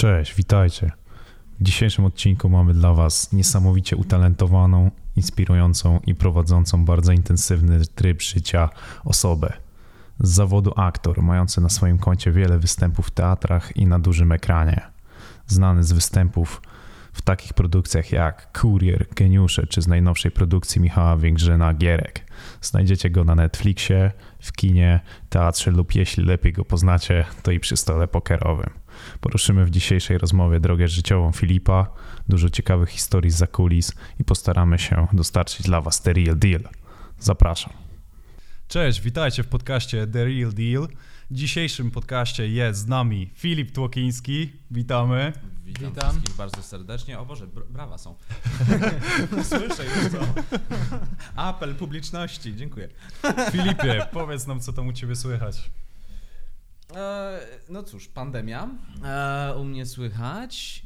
Cześć, witajcie. W dzisiejszym odcinku mamy dla Was niesamowicie utalentowaną, inspirującą i prowadzącą bardzo intensywny tryb życia osobę. Z zawodu aktor, mający na swoim koncie wiele występów w teatrach i na dużym ekranie. Znany z występów w takich produkcjach jak Kurier, Geniusze czy z najnowszej produkcji Michała Więgrzyna Gierek. Znajdziecie go na Netflixie, w kinie, teatrze lub jeśli lepiej go poznacie, to i przy stole pokerowym. Poruszymy w dzisiejszej rozmowie drogę życiową Filipa, dużo ciekawych historii zza kulis i postaramy się dostarczyć dla Was The Real Deal. Zapraszam. Cześć, witajcie w podcaście The Real Deal. W dzisiejszym podcaście jest z nami Filip Tłokiński. Witamy. Witam wszystkich bardzo serdecznie. O Boże, brawa są. Słyszę już to. Apel publiczności, dziękuję. Filipie, powiedz nam, co tam u Ciebie słychać. No cóż, pandemia. U mnie słychać.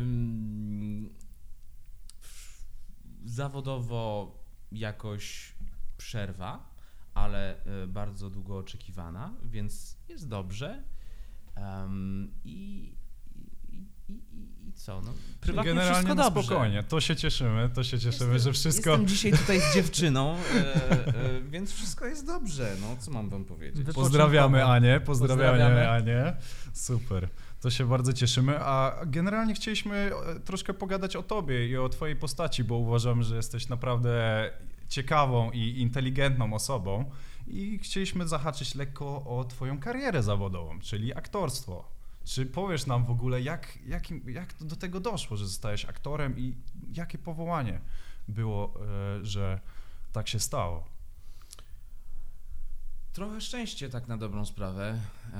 Zawodowo jakoś przerwa, ale bardzo długo oczekiwana, więc jest dobrze. I co? No, prywatnie generalnie wszystko na dobrze. spokojnie, to się cieszymy, że wszystko... Jestem dzisiaj tutaj z dziewczyną, więc wszystko jest dobrze, no co mam wam powiedzieć. Pozdrawiamy Anię, super, to się bardzo cieszymy, a generalnie chcieliśmy troszkę pogadać o tobie i o twojej postaci, bo uważam, że jesteś naprawdę ciekawą i inteligentną osobą i chcieliśmy zahaczyć lekko o twoją karierę zawodową, czyli aktorstwo. Czy powiesz nam w ogóle, jak do tego doszło, że zostałeś aktorem i jakie powołanie było, że tak się stało? Trochę szczęście, tak na dobrą sprawę.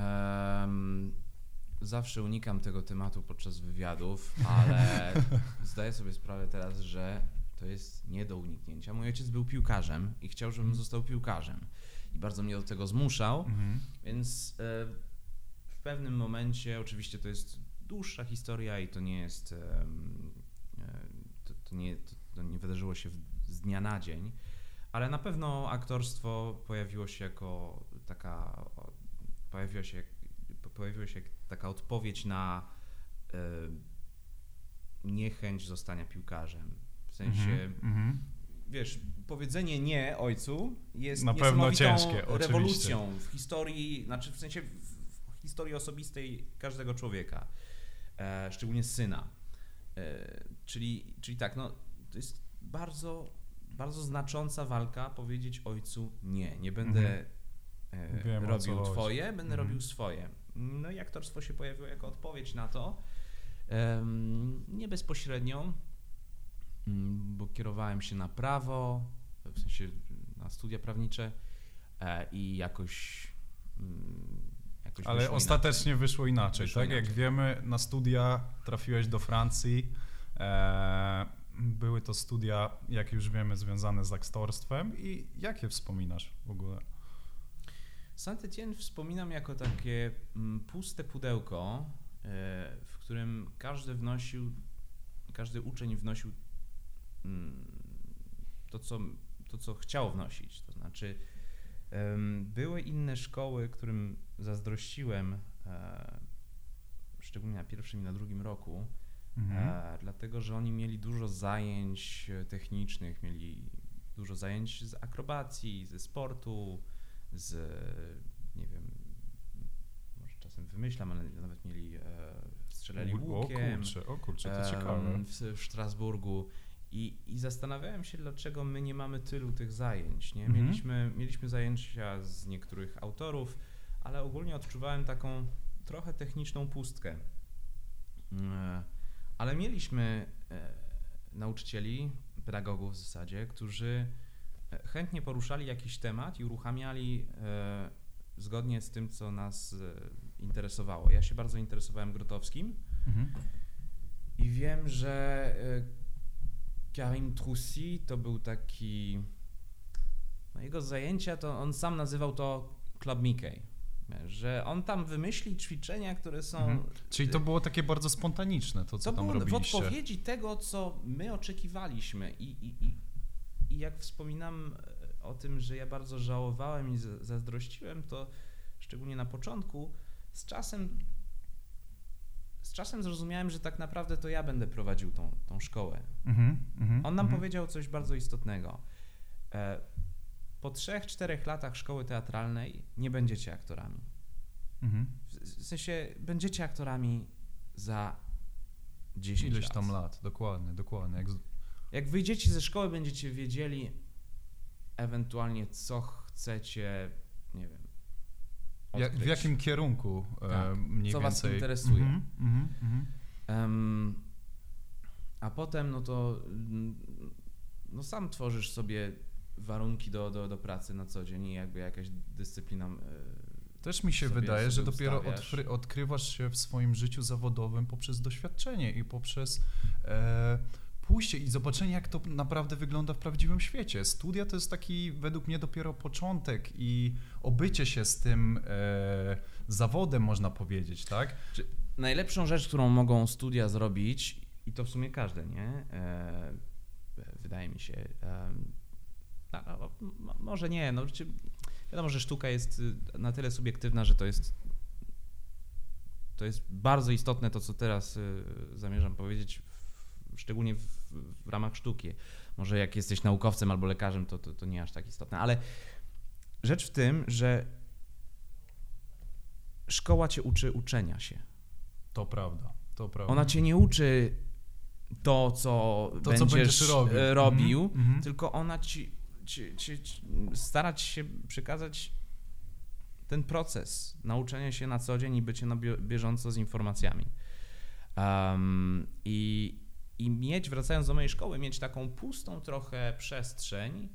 Zawsze unikam tego tematu podczas wywiadów, ale zdaję sobie sprawę teraz, że to jest nie do uniknięcia. Mój ojciec był piłkarzem i chciał, żebym został piłkarzem i bardzo mnie do tego zmuszał, więc w pewnym momencie, oczywiście to jest dłuższa historia i to nie jest, to nie wydarzyło się z dnia na dzień, ale na pewno aktorstwo pojawiło się jako taka, pojawiła się taka odpowiedź na niechęć zostania piłkarzem. W sensie, wiesz, powiedzenie nie ojcu jest na pewno niesamowitą ciężkie, rewolucją w historii, znaczy w sensie w historii osobistej każdego człowieka, szczególnie syna. Czyli tak, no to jest bardzo, bardzo znacząca walka powiedzieć ojcu nie będę robił twoje, będę robił swoje. No i aktorstwo się pojawiło jako odpowiedź na to, nie bezpośrednio, bo kierowałem się na prawo, w sensie na studia prawnicze i jakoś ale ostatecznie wyszło inaczej, tak? Jak wiemy, na studia trafiłeś do Francji. Były to studia, jak już wiemy, związane z aktorstwem. I jak je wspominasz w ogóle? Saint-Étienne wspominam jako takie puste pudełko, w którym każdy uczeń wnosił to, co chciał wnosić. To znaczy, były inne szkoły, którym zazdrościłem, szczególnie na pierwszym i na drugim roku, dlatego, że oni mieli dużo zajęć technicznych, mieli dużo zajęć z akrobacji, ze sportu, nie wiem, może czasem wymyślam, ale nawet mieli, strzelali łukiem. O kurczę, to ciekawe. W Strasburgu. I zastanawiałem się, dlaczego my nie mamy tylu tych zajęć. Nie? Mieliśmy zajęcia z niektórych autorów, ale ogólnie odczuwałem taką trochę techniczną pustkę. Ale mieliśmy nauczycieli, pedagogów w zasadzie, którzy chętnie poruszali jakiś temat i uruchamiali zgodnie z tym, co nas interesowało. Ja się bardzo interesowałem Grotowskim i wiem, że Karim Troussi to był taki, no jego zajęcia to on sam nazywał to Club Mickey, że on tam wymyśli ćwiczenia, które są... Czyli to było takie bardzo spontaniczne, to co tam robiliście. To było w odpowiedzi tego, co my oczekiwaliśmy i jak wspominam o tym, że ja bardzo żałowałem i zazdrościłem, to szczególnie na początku, z czasem czasem zrozumiałem, że tak naprawdę to ja będę prowadził tą szkołę. On nam powiedział coś bardzo istotnego. Po 3-4 latach szkoły teatralnej nie będziecie aktorami. W sensie będziecie aktorami za 10 ileś tam lat, dokładnie. Jak wyjdziecie ze szkoły, będziecie wiedzieli ewentualnie, co chcecie, nie wiem, odkryć. W jakim kierunku mniej co więcej. Was interesuje. A potem, no to sam tworzysz sobie warunki do pracy na co dzień i jakby jakaś dyscyplina. Też mi się wydaje, że dopiero odkrywasz się w swoim życiu zawodowym poprzez doświadczenie i poprzez pójście i zobaczenie, jak to naprawdę wygląda w prawdziwym świecie. Studia to jest taki według mnie dopiero początek i obycie się z tym zawodem, można powiedzieć, tak? Najlepszą rzecz, którą mogą studia zrobić, i to w sumie każde, nie? Wydaje mi się. Może nie, wiadomo, że sztuka jest na tyle subiektywna, że to jest bardzo istotne to, co teraz zamierzam powiedzieć, szczególnie w ramach sztuki. Może jak jesteś naukowcem albo lekarzem, to nie aż tak istotne, ale rzecz w tym, że szkoła cię uczy uczenia się. To prawda. Ona cię nie uczy co będziesz robił, tylko ona ci starać się przekazać ten proces nauczenia się na co dzień i bycie na bieżąco z informacjami. I wracając do mojej szkoły, mieć taką pustą trochę przestrzeń,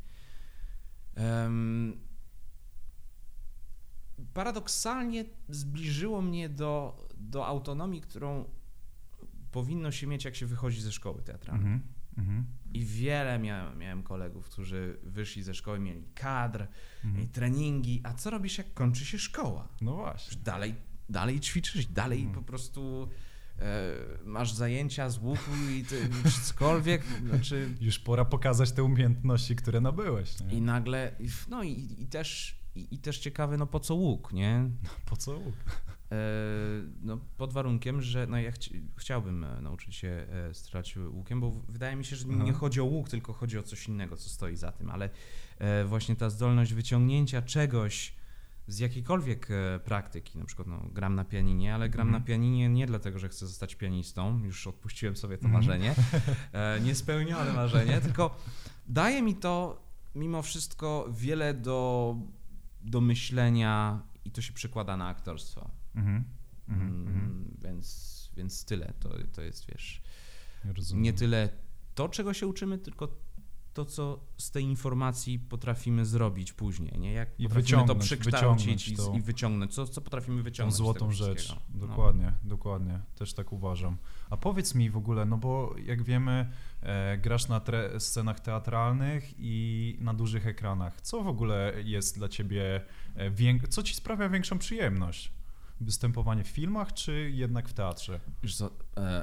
paradoksalnie zbliżyło mnie do autonomii, którą powinno się mieć, jak się wychodzi ze szkoły teatralnej. I wiele miałem kolegów, którzy wyszli ze szkoły, mieli kadr, mieli treningi, a co robisz, jak kończy się szkoła? No właśnie. Dalej ćwiczysz, dalej po prostu masz zajęcia z łuku i cokolwiek. Znaczy... Już pora pokazać te umiejętności, które nabyłeś. Nie? I nagle, i też ciekawe, po co łuk, nie? Po co łuk? Pod warunkiem, że ja chciałbym nauczyć się strzelać łukiem, bo wydaje mi się, że nie chodzi o łuk, tylko chodzi o coś innego, co stoi za tym, ale właśnie ta zdolność wyciągnięcia czegoś z jakiejkolwiek praktyki, na przykład gram na pianinie, ale gram na pianinie nie dlatego, że chcę zostać pianistą, już odpuściłem sobie to marzenie, niespełnione marzenie, tylko daje mi to mimo wszystko wiele do myślenia i to się przekłada na aktorstwo. Więc tyle. To jest, wiesz, nie tyle to, czego się uczymy, tylko to, co z tej informacji potrafimy zrobić później, nie? Jak i potrafimy to przekształcić i wyciągnąć, co potrafimy wyciągnąć tą złotą z tego rzecz. wszystkiego. Dokładnie. Też tak uważam. A powiedz mi w ogóle, bo jak wiemy, grasz na scenach teatralnych i na dużych ekranach. Co w ogóle jest dla ciebie, co ci sprawia większą przyjemność? Występowanie w filmach, czy jednak w teatrze? Wiesz co,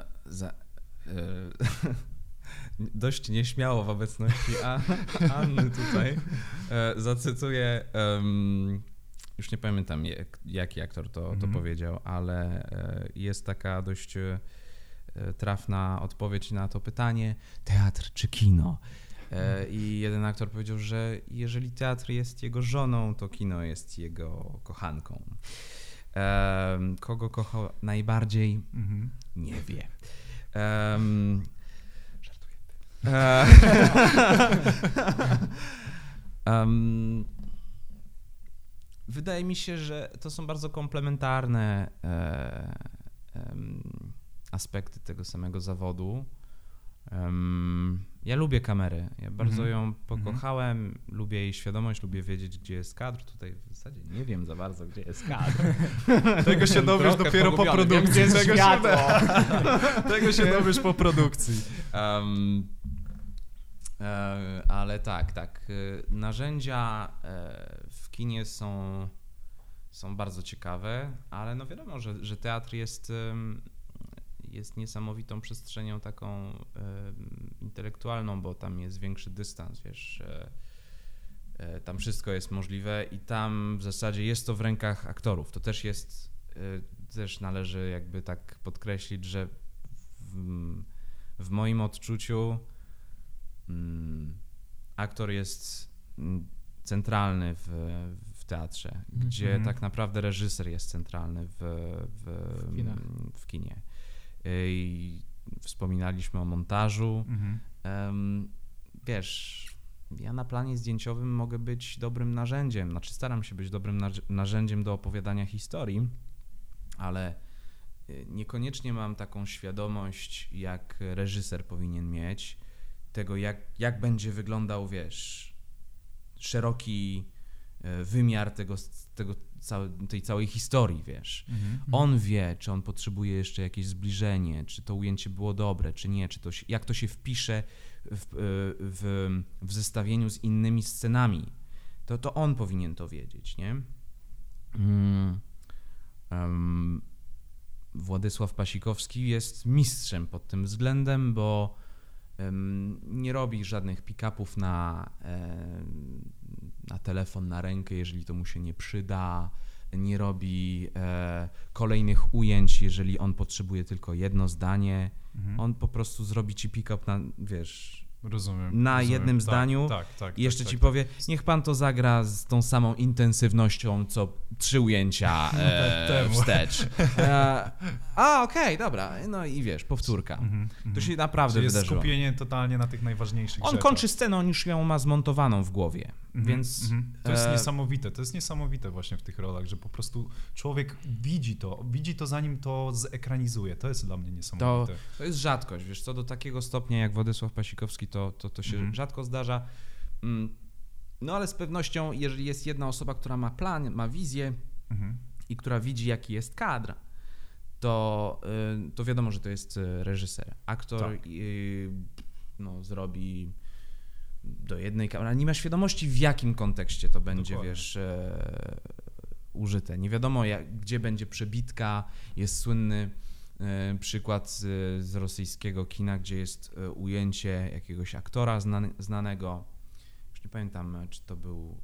dość nieśmiało w obecności Anny tutaj zacytuję, już nie pamiętam jaki aktor to powiedział, ale jest taka dość trafna odpowiedź na to pytanie: teatr czy kino? I jeden aktor powiedział, że jeżeli teatr jest jego żoną, to kino jest jego kochanką. Kogo kocha najbardziej? Nie wie. Żartuję. Wydaje mi się, że to są bardzo komplementarne aspekty tego samego zawodu. Ja lubię kamerę, ja bardzo ją pokochałem, lubię jej świadomość, lubię wiedzieć, gdzie jest kadr. Tutaj w zasadzie nie wiem za bardzo, gdzie jest kadr. Tego się dowiesz dopiero po produkcji. Tego się dowiesz po produkcji. Ale tak. Narzędzia w kinie są bardzo ciekawe, ale wiadomo, że teatr jest niesamowitą przestrzenią taką intelektualną, bo tam jest większy dystans, wiesz, tam wszystko jest możliwe i tam w zasadzie jest to w rękach aktorów. To też jest też należy jakby tak podkreślić, że w moim odczuciu aktor jest centralny w teatrze, gdzie tak naprawdę reżyser jest centralny w kinie. I wspominaliśmy o montażu. Wiesz, ja na planie zdjęciowym mogę być dobrym narzędziem, znaczy staram się być dobrym narzędziem do opowiadania historii, ale niekoniecznie mam taką świadomość, jak reżyser powinien mieć, tego jak będzie wyglądał, wiesz, szeroki wymiar tej całej historii, wiesz. On wie, czy on potrzebuje jeszcze jakieś zbliżenie, czy to ujęcie było dobre, czy nie, jak to się wpisze w zestawieniu z innymi scenami. To on powinien to wiedzieć, nie? Władysław Pasikowski jest mistrzem pod tym względem, bo nie robi żadnych pick-upów na telefon, na rękę, jeżeli to mu się nie przyda, nie robi kolejnych ujęć, jeżeli on potrzebuje tylko jedno zdanie. On po prostu zrobi ci pick-up na, wiesz, Rozumiem. Jednym zdaniu i jeszcze ci powie, niech pan to zagra z tą samą intensywnością, co 3 ujęcia wstecz. Okej, dobra. No i wiesz, powtórka. To się naprawdę jest wydarzyło. Skupienie totalnie na tych najważniejszych rzeczach. On kończy scenę, on już ją ma zmontowaną w głowie, więc... To jest niesamowite. To jest niesamowite właśnie w tych rolach, że po prostu człowiek widzi to zanim to zekranizuje. To jest dla mnie niesamowite. To jest rzadkość, wiesz, co do takiego stopnia jak Władysław Pasikowski, to się rzadko zdarza. No ale z pewnością, jeżeli jest jedna osoba, która ma plan, ma wizję i która widzi, jaki jest kadr, to wiadomo, że to jest reżyser. Aktor zrobi do jednej kamery, ale nie ma świadomości, w jakim kontekście to będzie, dokładnie, wiesz, użyte. Nie wiadomo, gdzie będzie przebitka. Jest słynny przykład z rosyjskiego kina, gdzie jest ujęcie jakiegoś aktora znanego. Już nie pamiętam, czy to był...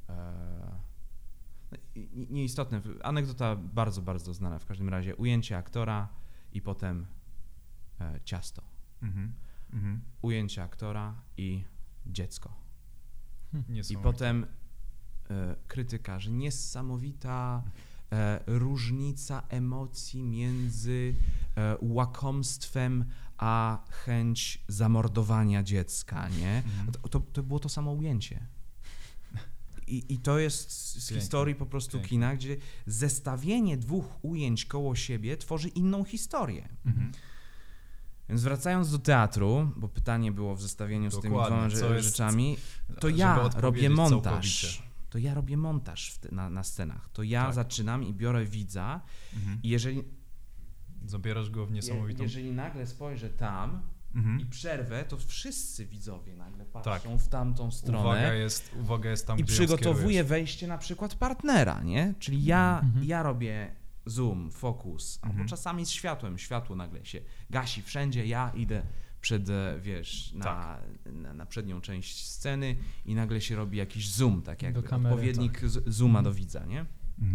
Nieistotne. Anegdota bardzo, bardzo znana. W każdym razie ujęcie aktora i potem ciasto. Ujęcie aktora i dziecko. I potem krytyka, że niesamowita różnica emocji między łakomstwem a chęć zamordowania dziecka, nie? To było to samo ujęcie. I to jest z historii po prostu kina, gdzie zestawienie 2 ujęć koło siebie tworzy inną historię. Więc wracając do teatru, bo pytanie było w zestawieniu z tymi 2 rzeczami, to ja robię montaż. Całkowicie. To ja robię montaż na scenach. To ja zaczynam i biorę widza i jeżeli... Zabierasz go w niesamowitą... Jeżeli nagle spojrzę tam i przerwę, to wszyscy widzowie nagle patrzą w tamtą stronę. Uwaga jest tam, i gdzie przygotowuję wejście na przykład partnera, nie? Czyli ja robię zoom, fokus, albo czasami z światłem. Światło nagle się gasi wszędzie, ja idę przed, wiesz, na przednią część sceny i nagle się robi jakiś zoom, tak jakby kamery, odpowiednik zooma do widza, nie?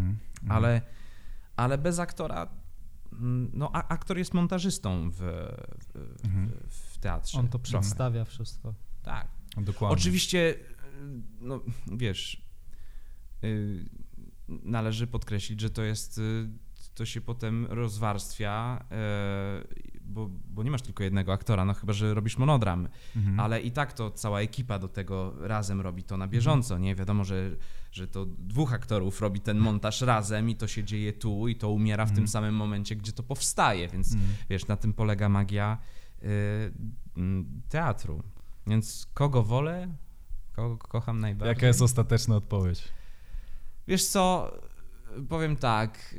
Ale bez aktora, no aktor jest montażystą w teatrze. On to przedstawia wszystko. Tak. Dokładnie. Oczywiście, no wiesz, należy podkreślić, że to się potem rozwarstwia, bo nie masz tylko jednego aktora, no chyba że robisz monodram, ale i tak to cała ekipa do tego razem robi to na bieżąco, nie? Wiadomo, że to 2 aktorów robi ten montaż razem i to się dzieje tu i to umiera w tym samym momencie, gdzie to powstaje, więc wiesz, na tym polega magia teatru. Więc kogo wolę, kogo kocham najbardziej? Jaka jest ostateczna odpowiedź? Wiesz co, powiem tak,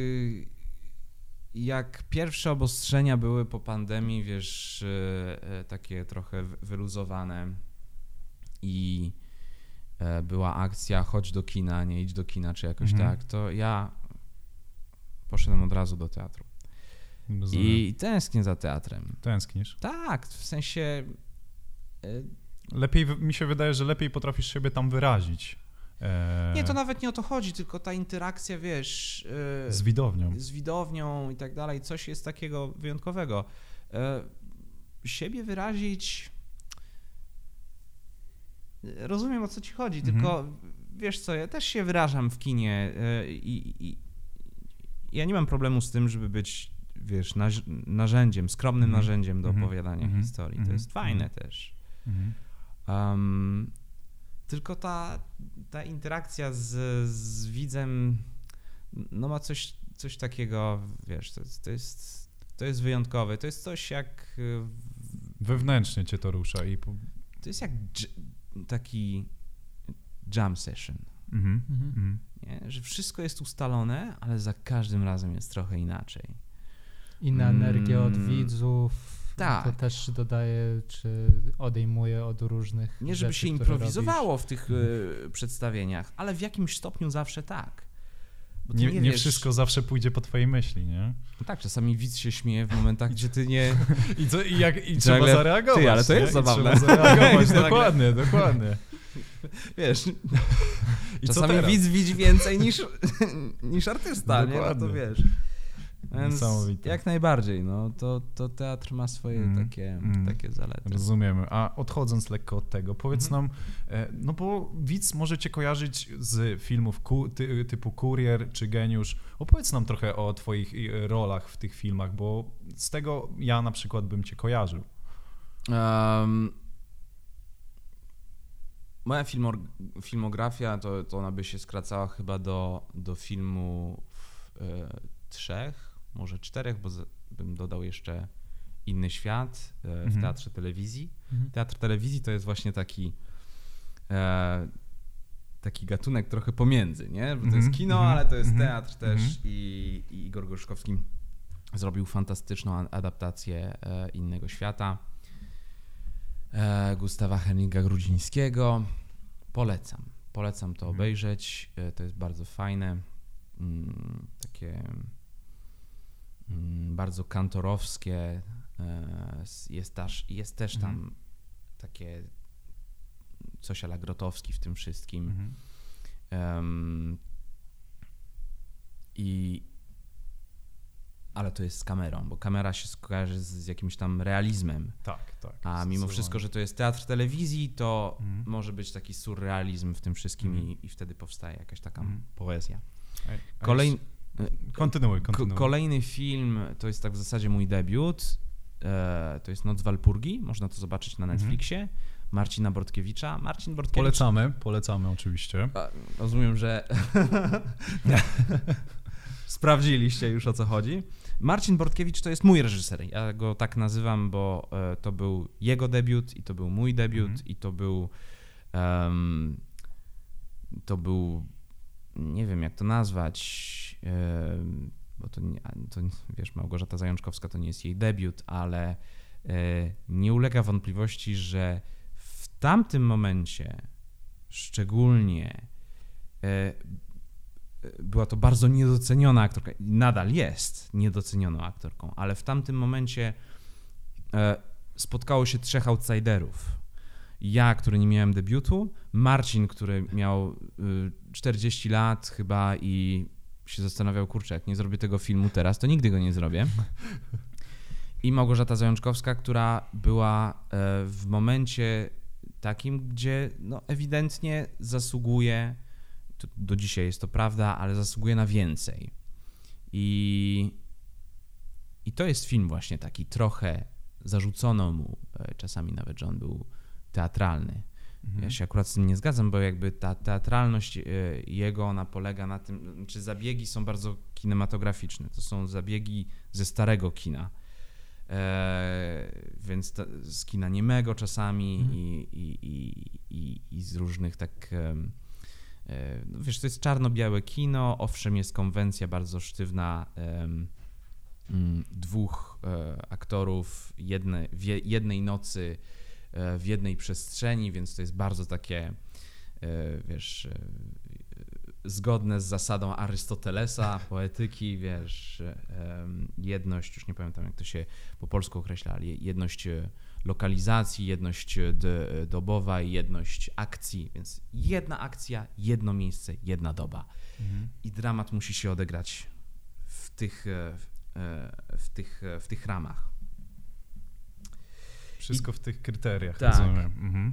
jak pierwsze obostrzenia były po pandemii, wiesz, takie trochę wyluzowane i była akcja chodź do kina, nie idź do kina, czy jakoś tak, to ja poszedłem od razu do teatru. Rozumiem. I tęsknię za teatrem. Tęsknisz? Tak, w sensie... Lepiej, mi się wydaje, że lepiej potrafisz siebie tam wyrazić. Nie, to nawet nie o to chodzi, tylko ta interakcja, wiesz... Z widownią i tak dalej, coś jest takiego wyjątkowego. Siebie wyrazić... Rozumiem, o co ci chodzi, tylko wiesz co, ja też się wyrażam w kinie i ja nie mam problemu z tym, żeby być, wiesz, narzędziem, skromnym narzędziem do opowiadania historii. To jest fajne też. Tylko ta interakcja z widzem, no ma coś takiego, wiesz, to jest wyjątkowe. To jest coś jak... Wewnętrznie cię to rusza To jest jak taki jam session. Nie? Że wszystko jest ustalone, ale za każdym razem jest trochę inaczej. Inna energia od widzów, tak. To też dodaje, czy odejmuje od różnych Nie, żeby rzeczy, się improwizowało w tych przedstawieniach, ale w jakimś stopniu zawsze tak. Bo nie wiesz... wszystko zawsze pójdzie po twojej myśli, nie? No tak, czasami widz się śmieje w momentach, gdzie ty nie... I trzeba zareagować. Ty, ale to jest zabawne. Trzeba zareagować, dokładnie. Wiesz, czasami widz widzi więcej niż artysta, nie? No to wiesz. Więc jak najbardziej, no to teatr ma swoje takie zalety. Rozumiemy. A odchodząc lekko od tego, powiedz nam, no bo widz może cię kojarzyć z filmów typu Kurier czy Geniusz. Opowiedz nam trochę o twoich rolach w tych filmach, bo z tego ja na przykład bym cię kojarzył. Moja filmografia to ona by się skracała chyba do filmu 3, może 4, bo bym dodał jeszcze Inny Świat w Teatrze Telewizji. Teatr Telewizji to jest właśnie taki gatunek trochę pomiędzy, nie? Bo to jest kino, ale to jest teatr też i Igor Gorzkowski zrobił fantastyczną adaptację Innego Świata. Gustawa Henninga Grudzińskiego. Polecam to obejrzeć. To jest bardzo fajne. Takie bardzo kantorowskie. Jest też tam takie coś a la Grotowski w tym wszystkim. Ale to jest z kamerą, bo kamera się skojarzy z jakimś tam realizmem. Tak. A mimo wszystko, że to jest teatr telewizji, to może być taki surrealizm w tym wszystkim i wtedy powstaje jakaś taka poezja. Kontynuuj. Kolejny film to jest tak w zasadzie mój debiut. To jest Noc Walpurgi. Można to zobaczyć na Netflixie. Marcina Bortkiewicza. Marcin Bortkiewicz... Polecamy oczywiście. Rozumiem, że sprawdziliście już, o co chodzi. Marcin Bortkiewicz to jest mój reżyser. Ja go tak nazywam, bo to był jego debiut i to był mój debiut i to był nie wiem jak to nazwać, bo to wiesz, Małgorzata Zajączkowska to nie jest jej debiut, ale nie ulega wątpliwości, że w tamtym momencie szczególnie była to bardzo niedoceniona aktorka. Nadal jest niedocenioną aktorką, ale w tamtym momencie spotkało się 3 outsiderów. Ja, który nie miałem debiutu, Marcin, który miał 40 lat chyba i się zastanawiał, kurczę, jak nie zrobię tego filmu teraz, to nigdy go nie zrobię. I Małgorzata Zajączkowska, która była w momencie takim, gdzie no, ewidentnie zasługuje, do dzisiaj jest to prawda, ale zasługuje na więcej. I to jest film właśnie taki trochę zarzucono mu czasami nawet, że on był teatralny. Ja się akurat z tym nie zgadzam, bo jakby ta teatralność jego, ona polega na tym, czy zabiegi są bardzo kinematograficzne. To są zabiegi ze starego kina. Więc z kina niemego czasami i z różnych tak... Wiesz, to jest czarno-białe kino, owszem jest konwencja bardzo sztywna 2 aktorów jednej nocy w jednej przestrzeni, więc to jest bardzo takie, wiesz, zgodne z zasadą Arystotelesa, poetyki, wiesz, jedność, już nie pamiętam jak to się po polsku określa, ale jedność lokalizacji, jedność dobowa i jedność akcji, więc jedna akcja, jedno miejsce, jedna doba. I dramat musi się odegrać w tych ramach. Wszystko w tych kryteriach, tak. rozumiem.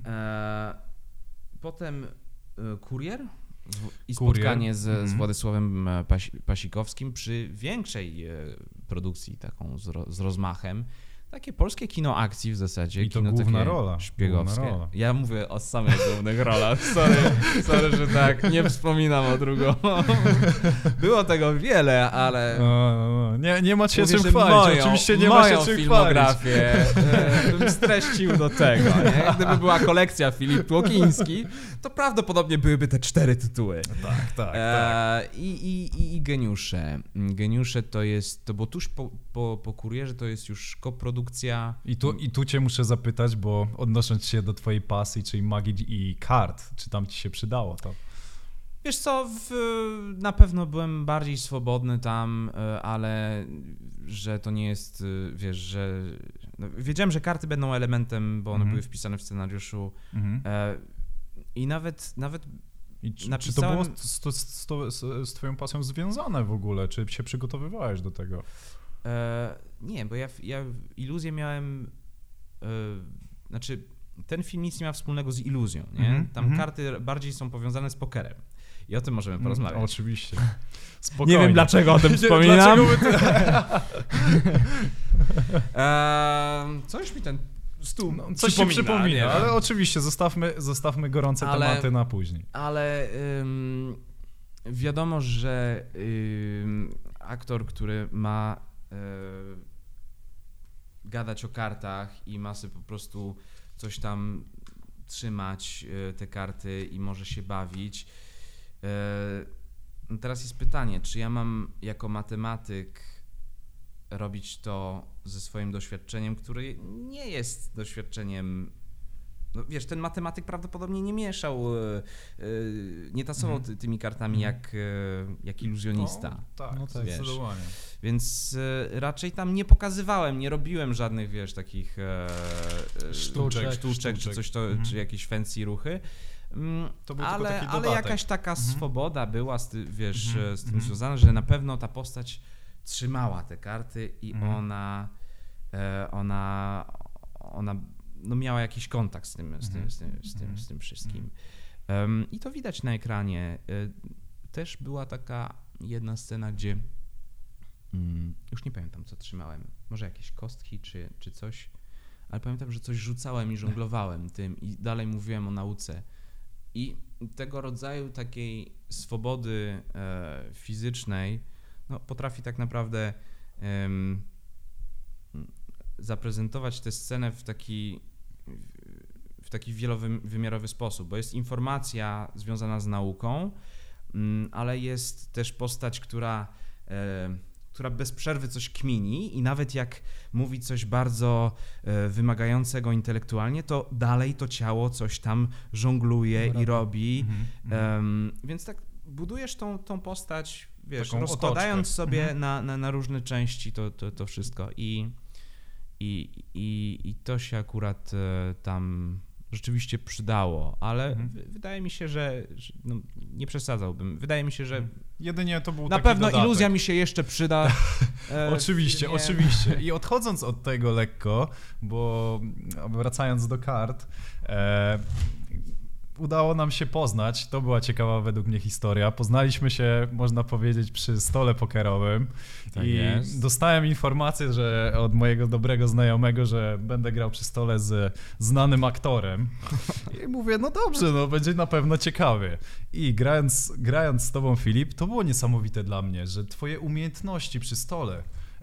Potem Kurier i spotkanie z Władysławem Pasikowskim przy większej produkcji, taką z rozmachem. Takie polskie kino akcji w zasadzie. I to kino główna takie rola. szpiegowskie. Główna rola. Ja mówię o samych głównych rolach. Sorry, że tak nie wspominam o drugą. Było tego wiele, ale... Nie ma się czym chwalić. Oczywiście nie ma się czym filmografię bym streścił do tego. Nie? Gdyby była kolekcja Filip Tłokiński, to prawdopodobnie byłyby te 4 tytuły. Tak. I Geniusze. Geniusze to było tuż po Kurierze, to jest już koprodukcja. I tu cię muszę zapytać, bo odnosząc się do twojej pasji, czyli magii i kart, czy tam ci się przydało to? Wiesz co, na pewno byłem bardziej swobodny tam, ale że to nie jest, wiesz, że... No, wiedziałem, że karty będą elementem, bo one były wpisane w scenariuszu i nawet I czy napisałem... to było z twoją pasją związane w ogóle? Czy się przygotowywałeś do tego? Nie, bo ja iluzję miałem, znaczy ten film nic nie ma wspólnego z iluzją, nie? Tam karty bardziej są powiązane z pokerem i o tym możemy porozmawiać. Oczywiście. Spokojnie. Nie wiem dlaczego o tym wspominam. Coś mi ten stół coś się przypomina, ale oczywiście zostawmy gorące tematy na później. Ale wiadomo, że aktor, który ma gadać o kartach i ma sobie po prostu coś tam trzymać, te karty i może się bawić. Teraz jest pytanie, czy ja mam jako matematyk robić to ze swoim doświadczeniem, które nie jest doświadczeniem... No wiesz, ten matematyk prawdopodobnie nie mieszał, nie tasował tymi kartami jak iluzjonista. No tak, zdecydowanie. Więc raczej tam nie pokazywałem, nie robiłem żadnych, wiesz, takich sztuczek czy coś, czy jakieś fancy ruchy. To był ale, tylko taki ale dodatek. jakaś taka swoboda była z tym związana, że na pewno ta postać trzymała te karty i ona no miała jakiś kontakt z tym wszystkim. I to widać na ekranie. Też była taka jedna scena, gdzie już nie pamiętam, co trzymałem. Może jakieś kostki czy coś, ale pamiętam, że coś rzucałem i żonglowałem tym i dalej mówiłem o nauce. I tego rodzaju takiej swobody fizycznej potrafi tak naprawdę zaprezentować tę scenę w taki wielowymiarowy sposób, bo jest informacja związana z nauką, ale jest też postać, która bez przerwy coś kmini i nawet jak mówi coś bardzo wymagającego intelektualnie, to dalej to ciało coś tam żongluje i robi. Więc tak budujesz tą postać, wiesz, taką rozkładając sobie na różne części to wszystko i to się akurat tam rzeczywiście przydało, ale wydaje mi się, że nie przesadzałbym. Wydaje mi się, że jedynie to był na taki pewno dodatek. iluzja mi się jeszcze przyda. Oczywiście. I odchodząc od tego lekko, bo wracając do kart, udało nam się poznać, to była ciekawa według mnie historia. Poznaliśmy się, można powiedzieć, przy stole pokerowym dostałem informację, że od mojego dobrego znajomego, że będę grał przy stole z znanym aktorem. I mówię, no dobrze, będzie na pewno ciekawie. I grając z tobą, Filip, to było niesamowite dla mnie, że twoje umiejętności przy stole...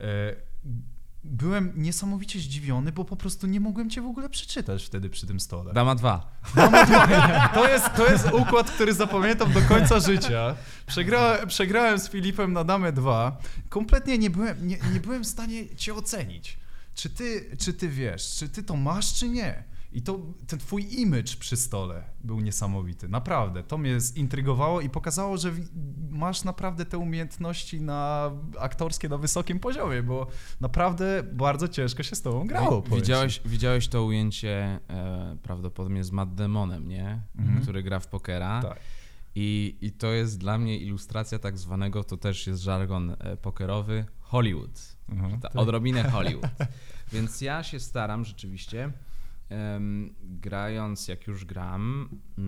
Byłem niesamowicie zdziwiony, bo po prostu nie mogłem cię w ogóle przeczytać wtedy przy tym stole. Dama 2. To jest układ, który zapamiętam do końca życia. Przegrałem z Filipem na Damę 2. Kompletnie nie byłem w stanie cię ocenić. Czy ty wiesz, czy ty to masz, czy nie? I ten twój image przy stole był niesamowity, naprawdę. To mnie zintrygowało i pokazało, że masz naprawdę te umiejętności aktorskie na wysokim poziomie, bo naprawdę bardzo ciężko się z tobą grało. Widziałeś to ujęcie prawdopodobnie z Matt Damonem, nie? Który gra w pokera. Tak. I to jest dla mnie ilustracja tak zwanego, to też jest żargon pokerowy, Hollywood. Odrobinę Hollywood. Więc ja się staram rzeczywiście, grając jak już gram,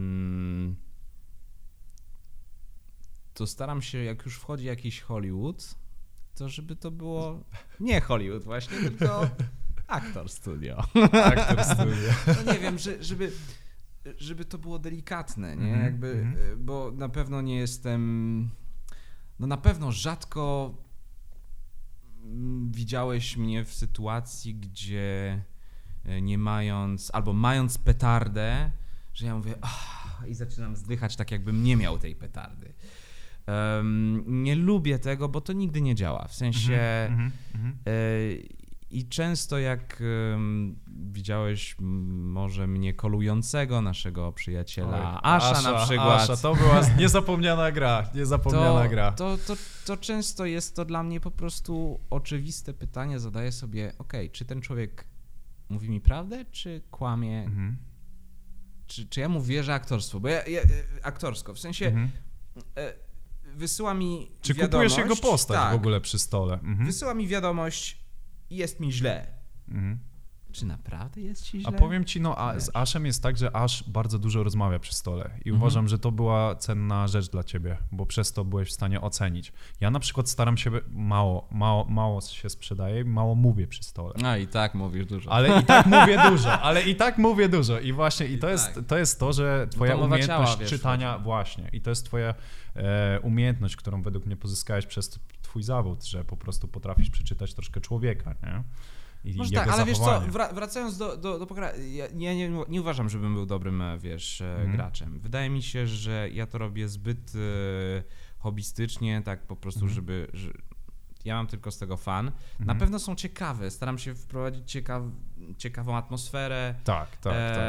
to staram się, jak już wchodzi jakiś Hollywood, to żeby to było nie Hollywood właśnie, tylko Actor Studio. Actor Studio. No nie wiem, żeby to było delikatne, nie? Bo na pewno nie jestem, no na pewno rzadko widziałeś mnie w sytuacji, gdzie nie mając, albo mając petardę, że ja mówię i zaczynam zdychać tak, jakbym nie miał tej petardy. Nie lubię tego, bo to nigdy nie działa. W sensie i często jak widziałeś może mnie kolującego, naszego przyjaciela Asha na przykład. Asha, to była niezapomniana gra, To często jest to dla mnie po prostu oczywiste pytanie, zadaję sobie, czy ten człowiek mówi mi prawdę, czy kłamie, czy ja mu wierzę aktorstwo, bo ja aktorsko, w sensie wysyła mi czy wiadomość. Czy kupujesz jego postać w ogóle przy stole? Wysyła mi wiadomość i jest mi źle. Czy naprawdę jest ci źle? A powiem ci, z Ashem jest tak, że Ash bardzo dużo rozmawia przy stole i uważam, że to była cenna rzecz dla ciebie, bo przez to byłeś w stanie ocenić. Ja na przykład staram się, mało się sprzedaje, mało mówię przy stole. I tak mówisz dużo. Ale i tak mówię dużo i właśnie to jest to, że twoja umiejętność czytania, właśnie, i to jest twoja umiejętność, którą według mnie pozyskałeś przez twój zawód, że po prostu potrafisz przeczytać troszkę człowieka, nie? Może tak, ale wiesz co, wracając do pokera, ja nie uważam, żebym był dobrym, graczem. Wydaje mi się, że ja to robię zbyt hobbystycznie, tak po prostu, że ja mam tylko z tego fan. Na pewno są ciekawe, staram się wprowadzić ciekawą atmosferę. Tak.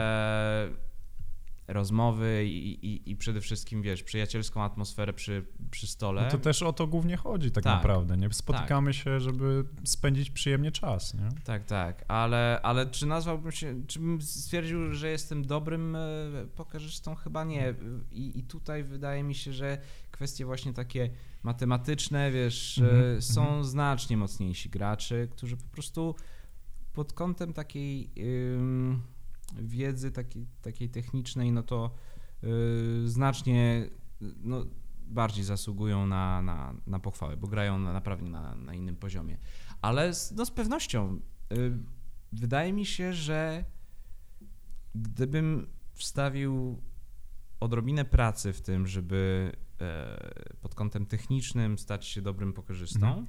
Rozmowy i przede wszystkim, przyjacielską atmosferę przy stole. No to też o to głównie chodzi tak naprawdę, nie? Spotykamy się, żeby spędzić przyjemnie czas, nie? Tak, ale czy nazwałbym się, czy bym stwierdził, że jestem dobrym pokerzystą? Chyba nie. I tutaj wydaje mi się, że kwestie właśnie takie matematyczne, są znacznie mocniejsi gracze, którzy po prostu pod kątem takiej wiedzy takiej technicznej, no to znacznie bardziej zasługują na pochwałę, bo grają naprawdę na innym poziomie. Ale z pewnością wydaje mi się, że gdybym wstawił odrobinę pracy w tym, żeby pod kątem technicznym stać się dobrym pokerzystą,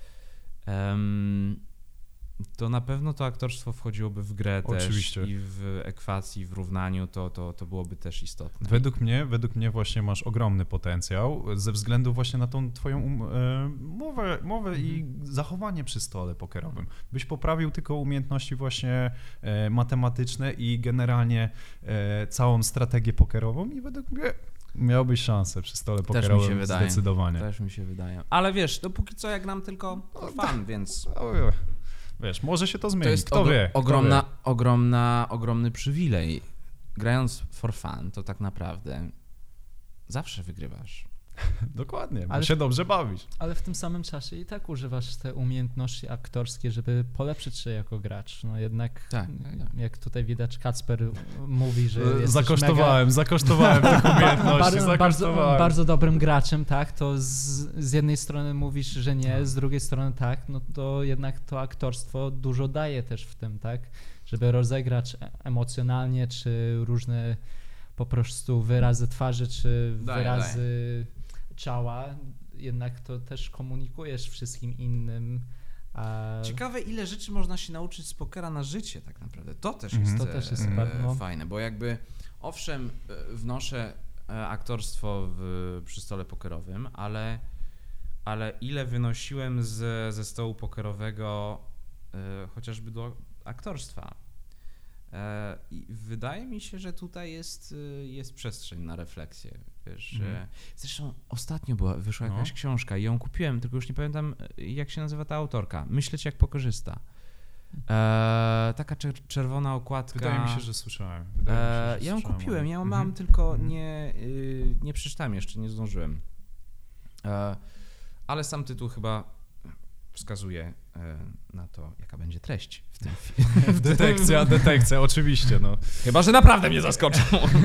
to na pewno to aktorstwo wchodziłoby w grę. Oczywiście. Też i w ekwacji, w równaniu to byłoby też istotne. Według mnie właśnie masz ogromny potencjał ze względu właśnie na tą twoją mowę i zachowanie przy stole pokerowym. Byś poprawił tylko umiejętności właśnie matematyczne i generalnie całą strategię pokerową i według mnie miałbyś szansę przy stole pokerowym zdecydowanie. Też mi się wydaje. Ale wiesz, dopóki co jak nam tylko fan, więc... Wiesz, może się to zmieni, to jest kto wie. Ogromny przywilej. Grając for fun, to tak naprawdę zawsze wygrywasz. Dokładnie, bo się dobrze bawisz. Ale w tym samym czasie i tak używasz te umiejętności aktorskie, żeby polepszyć się jako gracz. No jednak, jak tutaj widać, Kacper mówi, że zakosztowałem tych umiejętności. Bardzo dobrym graczem, tak? To z jednej strony mówisz, że nie, z drugiej strony tak, no to jednak to aktorstwo dużo daje też w tym, tak? Żeby rozegrać emocjonalnie, czy różne po prostu wyrazy twarzy, czy wyrazy ciała, jednak to też komunikujesz wszystkim innym. Ciekawe, ile rzeczy można się nauczyć z pokera na życie tak naprawdę. To też jest fajne, bo jakby owszem, wnoszę aktorstwo przy stole pokerowym, ale ile wynosiłem ze stołu pokerowego chociażby do aktorstwa. I wydaje mi się, że tutaj jest przestrzeń na refleksję. Wiesz, zresztą ostatnio wyszła jakaś książka i ją kupiłem, tylko już nie pamiętam, jak się nazywa ta autorka. Myśleć jak pokorzysta. Taka czerwona okładka. Wydaje mi się, że słyszałem. Ja ją kupiłem, ja ją mam, tylko nie przeczytałem jeszcze, nie zdążyłem. Ale sam tytuł chyba wskazuje na to, jaka będzie treść w tym filmie. Detekcja, oczywiście. No. Chyba że naprawdę mnie zaskoczą.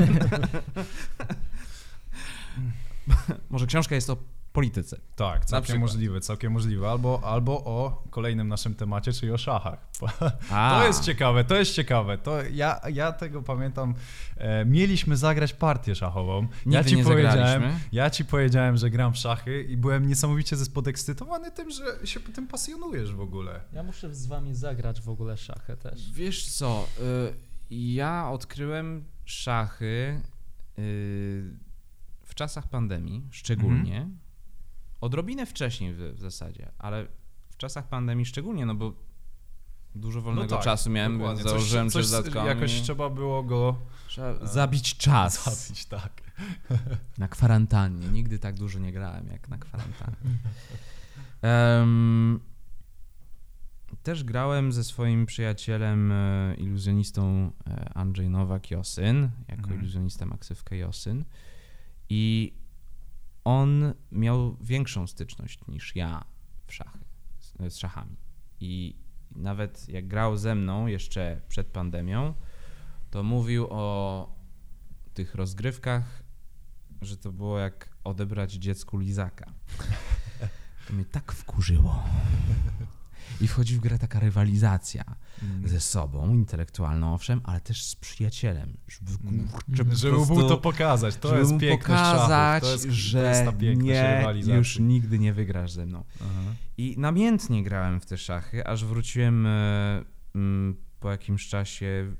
Może książka jest o polityce. Tak, całkiem możliwe. Albo o kolejnym naszym temacie, czyli o szachach. To jest ciekawe. To ja tego pamiętam. Mieliśmy zagrać partię szachową. Ja ci powiedziałem, że gram w szachy i byłem niesamowicie podekscytowany tym, że się tym pasjonujesz w ogóle. Ja muszę z wami zagrać w ogóle szachy też. Wiesz co, ja odkryłem szachy w czasach pandemii szczególnie, odrobinę wcześniej w zasadzie, ale w czasach pandemii szczególnie, no bo dużo wolnego czasu miałem, więc założyłem coś dodatkowo. Jakoś trzeba było go... zabić czas. Zabić, tak. Na kwarantannie. Nigdy tak dużo nie grałem jak na kwarantannie. Też grałem ze swoim przyjacielem, iluzjonistą Andrzej Nowak-Josyn, jako iluzjonista maksywkę Josyn. I on miał większą styczność niż ja z szachami. I nawet jak grał ze mną jeszcze przed pandemią, to mówił o tych rozgrywkach, że to było jak odebrać dziecku lizaka. To mnie tak wkurzyło. I wchodzi w grę taka rywalizacja ze sobą, intelektualną owszem, ale też z przyjacielem. Żeby mu to pokazać. To jest piękność szachów. Że już nigdy nie wygrasz ze mną. Aha. I namiętnie grałem w te szachy, aż wróciłem po jakimś czasie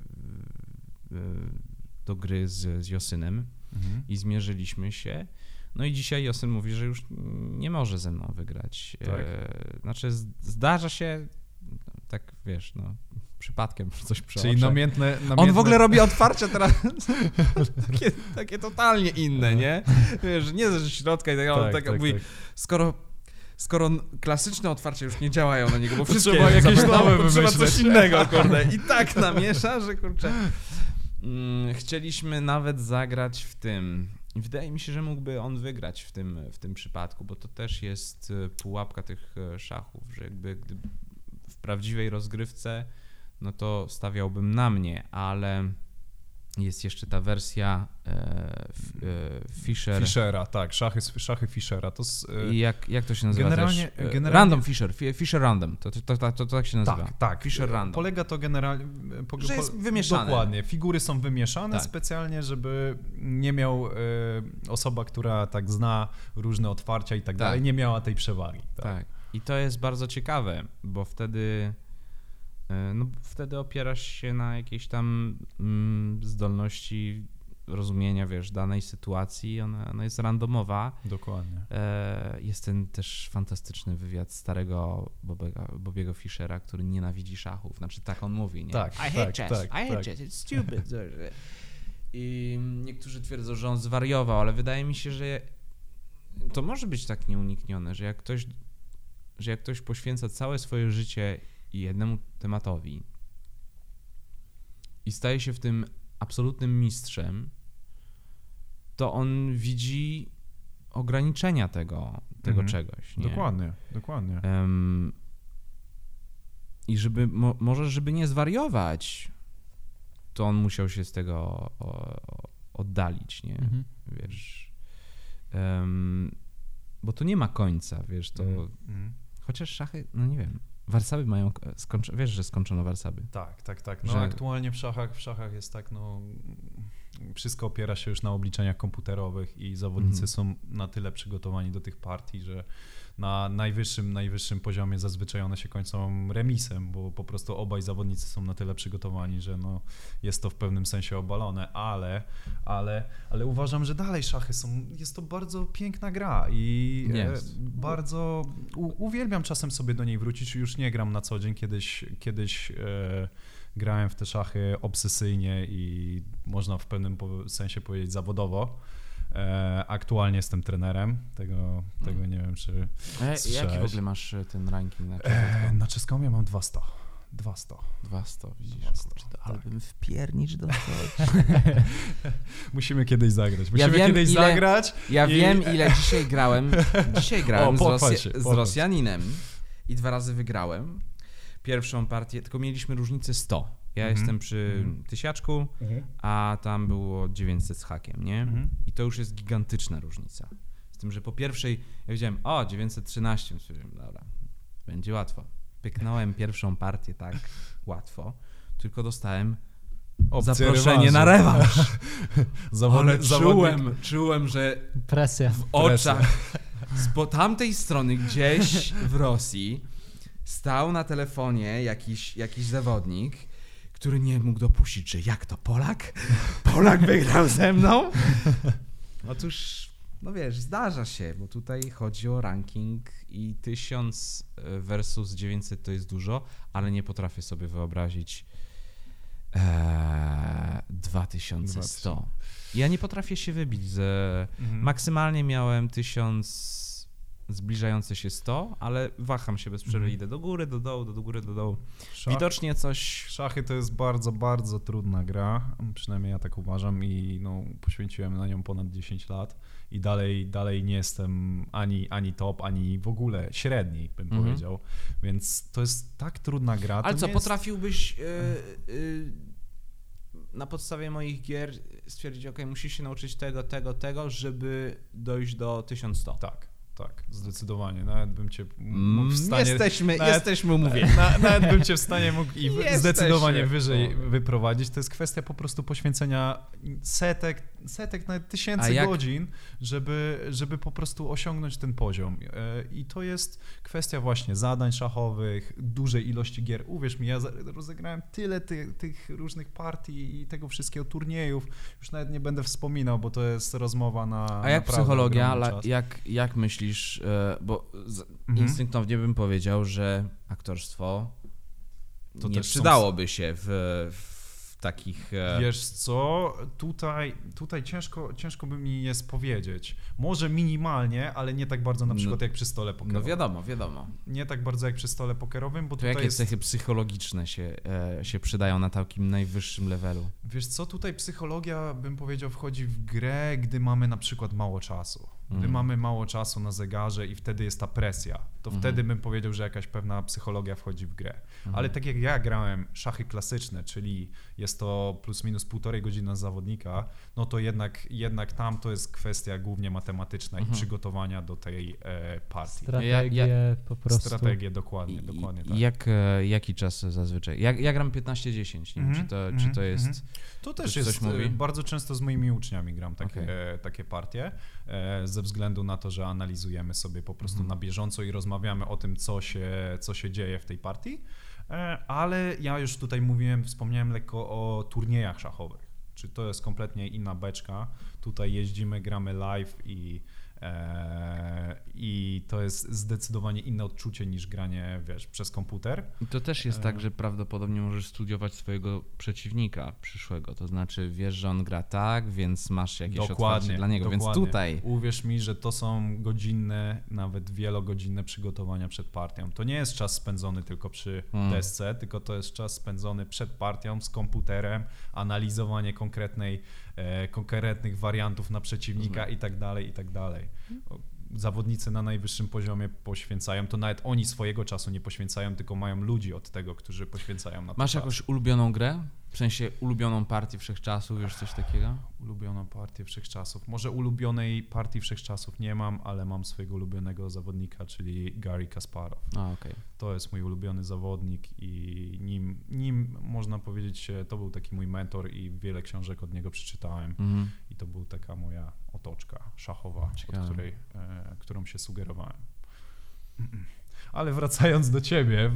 do gry z Josynem i zmierzyliśmy się. No i dzisiaj Josyn mówi, że już nie może ze mną wygrać. Tak. Znaczy zdarza się, tak wiesz, no przypadkiem coś przeoczę. Czyli namiętne... On w ogóle robi otwarcia teraz takie totalnie inne, nie? Wiesz, nie ze środka i tak mówi, skoro klasyczne otwarcia już nie działają na niego, bo wszystkie trzeba jakieś nowe trzeba coś innego, kurde. I tak namiesza, że kurczę. Chcieliśmy nawet zagrać w tym. I wydaje mi się, że mógłby on wygrać w tym przypadku, bo to też jest pułapka tych szachów, że jakby w prawdziwej rozgrywce, no to stawiałbym na mnie, ale jest jeszcze ta wersja Fischera, tak, szachy Fischera. To I jak to się nazywa? Generalnie... Random Fischer Random, to tak się nazywa. Tak. Fischer Random. Polega to generalnie... że jest wymieszane. Dokładnie, figury są wymieszane specjalnie, żeby nie miał osoba, która tak zna różne otwarcia i tak dalej, nie miała tej przewagi. Tak. I to jest bardzo ciekawe, bo wtedy opierasz się na jakiejś tam zdolności rozumienia, wiesz, danej sytuacji, ona jest randomowa. Dokładnie. Jest ten też fantastyczny wywiad starego Bobiego Fischera, który nienawidzi szachów. Znaczy tak on mówi, nie? Tak, I hate chess, it's stupid. I niektórzy twierdzą, że on zwariował, ale wydaje mi się, że to może być tak nieuniknione, że jak ktoś poświęca całe swoje życie jednemu tematowi i staje się w tym absolutnym mistrzem, to on widzi ograniczenia tego czegoś. Nie? Dokładnie. I żeby nie zwariować, to on musiał się z tego oddalić, nie? Wiesz, bo to nie ma końca, wiesz, to chociaż szachy, no nie wiem, warsaby mają, wiesz, że skończono warsaby. Tak. No aktualnie w szachach jest tak, no wszystko opiera się już na obliczeniach komputerowych i zawodnicy są na tyle przygotowani do tych partii, że na najwyższym poziomie zazwyczaj one się kończą remisem, bo po prostu obaj zawodnicy są na tyle przygotowani, że no jest to w pewnym sensie obalone, ale uważam, że dalej szachy jest to bardzo piękna gra i bardzo uwielbiam czasem sobie do niej wrócić, już nie gram na co dzień, kiedyś grałem w te szachy obsesyjnie i można w pewnym sensie powiedzieć zawodowo. Aktualnie jestem trenerem, tego nie wiem, czy jaki w ogóle masz ten ranking na na Chess.comie mam 200, widzisz. 200, ale bym wpiernicz dostał. Musimy kiedyś zagrać. Zagrać. Ja wiem, ile dzisiaj grałem. Z Rosjaninem i 2 razy wygrałem. Pierwszą partię, tylko mieliśmy różnicę 100. Ja jestem przy tysiaczku, a tam było 900 z hakiem, nie? I to już jest gigantyczna różnica. Z tym, że po pierwszej ja wiedziałem, 913, dobra, będzie łatwo. Pyknąłem pierwszą partię tak łatwo, tylko dostałem zaproszenie na rewanż. Ale czułem, że presja w oczach z tamtej strony gdzieś w Rosji stał na telefonie jakiś zawodnik, który nie mógł dopuścić, że jak to Polak? Polak wygrał ze mną? Otóż, no wiesz, zdarza się, bo tutaj chodzi o ranking i 1000 versus 900 to jest dużo, ale nie potrafię sobie wyobrazić 2100. Ja nie potrafię się wybić maksymalnie miałem 1000 zbliżające się 100, ale waham się bez przerwy, idę do góry, do dołu, do góry, do dołu. Widocznie coś... Szachy to jest bardzo, bardzo trudna gra, przynajmniej ja tak uważam i poświęciłem na nią ponad 10 lat i dalej nie jestem ani top, ani w ogóle średni, bym powiedział, więc to jest tak trudna gra. Ale co, potrafiłbyś na podstawie moich gier stwierdzić, musisz się nauczyć tego, żeby dojść do 1100? Tak, zdecydowanie. Nawet bym cię mógł w stanie... Jesteśmy umówieni. Nawet bym cię w stanie mógł zdecydowanie wyżej wyprowadzić. To jest kwestia po prostu poświęcenia setek, nawet tysięcy godzin, żeby po prostu osiągnąć ten poziom. I to jest kwestia właśnie zadań szachowych, dużej ilości gier. Uwierz mi, ja rozegrałem tyle tych różnych partii i tego wszystkiego turniejów. Już nawet nie będę wspominał, bo to jest rozmowa na... A jak psychologia, jak myślisz, bo instynktownie bym powiedział, że aktorstwo to nie przydałoby się w takich... Wiesz co, tutaj ciężko by mi jest powiedzieć. Może minimalnie, ale nie tak bardzo na przykład jak przy stole pokerowym. No wiadomo. Nie tak bardzo jak przy stole pokerowym, bo to tutaj jakie cechy psychologiczne się przydają na takim najwyższym levelu? Wiesz co, tutaj psychologia, bym powiedział, wchodzi w grę, gdy mamy na przykład mało czasu. Gdy mamy mało czasu na zegarze i wtedy jest ta presja, to wtedy bym powiedział, że jakaś pewna psychologia wchodzi w grę. Ale tak jak ja grałem szachy klasyczne, czyli jest to plus minus 1,5 godziny zawodnika, no to jednak tam to jest kwestia głównie matematyczna i przygotowania do tej partii. Strategie, dokładnie tak. Jaki czas zazwyczaj? Ja gram 15-10, nie wiem, czy to jest... To też jest, bardzo często z moimi uczniami gram takie partie, ze względu na to, że analizujemy sobie po prostu na bieżąco i rozmawiamy o tym, co się dzieje w tej partii, ale ja już tutaj wspomniałem lekko o turniejach szachowych, czy to jest kompletnie inna beczka, tutaj jeździmy, gramy live i to jest zdecydowanie inne odczucie niż granie, przez komputer. I to też jest tak, że prawdopodobnie możesz studiować swojego przeciwnika przyszłego, to znaczy wiesz, że on gra tak, więc masz jakieś otwarcie dla niego, więc tutaj... Uwierz mi, że to są godzinne, nawet wielogodzinne przygotowania przed partią. To nie jest czas spędzony tylko przy desce, tylko to jest czas spędzony przed partią z komputerem, analizowanie konkretnych wariantów na przeciwnika i tak dalej. Zawodnicy na najwyższym poziomie poświęcają, to nawet oni swojego czasu nie poświęcają, tylko mają ludzi od tego, którzy poświęcają na to. Masz jakąś ulubioną grę? W sensie ulubioną partię wszechczasów, już coś takiego? Ulubioną partię wszechczasów. Może ulubionej partii wszechczasów nie mam, ale mam swojego ulubionego zawodnika, czyli Garry Kasparow. To jest mój ulubiony zawodnik i nim można powiedzieć, to był taki mój mentor i wiele książek od niego przeczytałem i to była taka moja otoczka szachowa, którą się sugerowałem. Ale wracając do ciebie.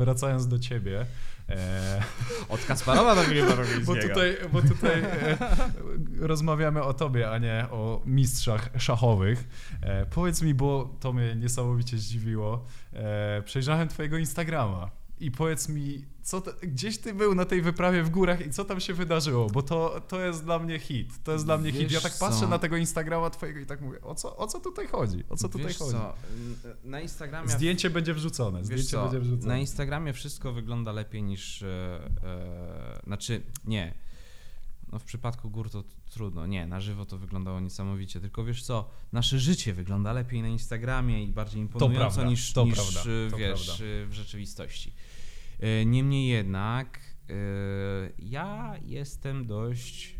Od Kasparowa do Filipa Bo tutaj rozmawiamy o tobie, a nie o mistrzach szachowych. Powiedz mi, bo to mnie niesamowicie zdziwiło. Przejrzałem twojego Instagrama i powiedz mi, gdzieś ty był na tej wyprawie w górach i co tam się wydarzyło, bo to jest dla mnie hit. To jest dla mnie hit. Ja tak patrzę na tego Instagrama twojego i tak mówię, o co tutaj chodzi? O co tutaj chodzi? Co? Na Instagramie... Zdjęcie będzie wrzucone. Na Instagramie wszystko wygląda lepiej niż... Znaczy, nie. No w przypadku gór to trudno. Nie, na żywo to wyglądało niesamowicie. Tylko wiesz co, nasze życie wygląda lepiej na Instagramie i bardziej imponująco niż w rzeczywistości. Niemniej jednak ja jestem dość,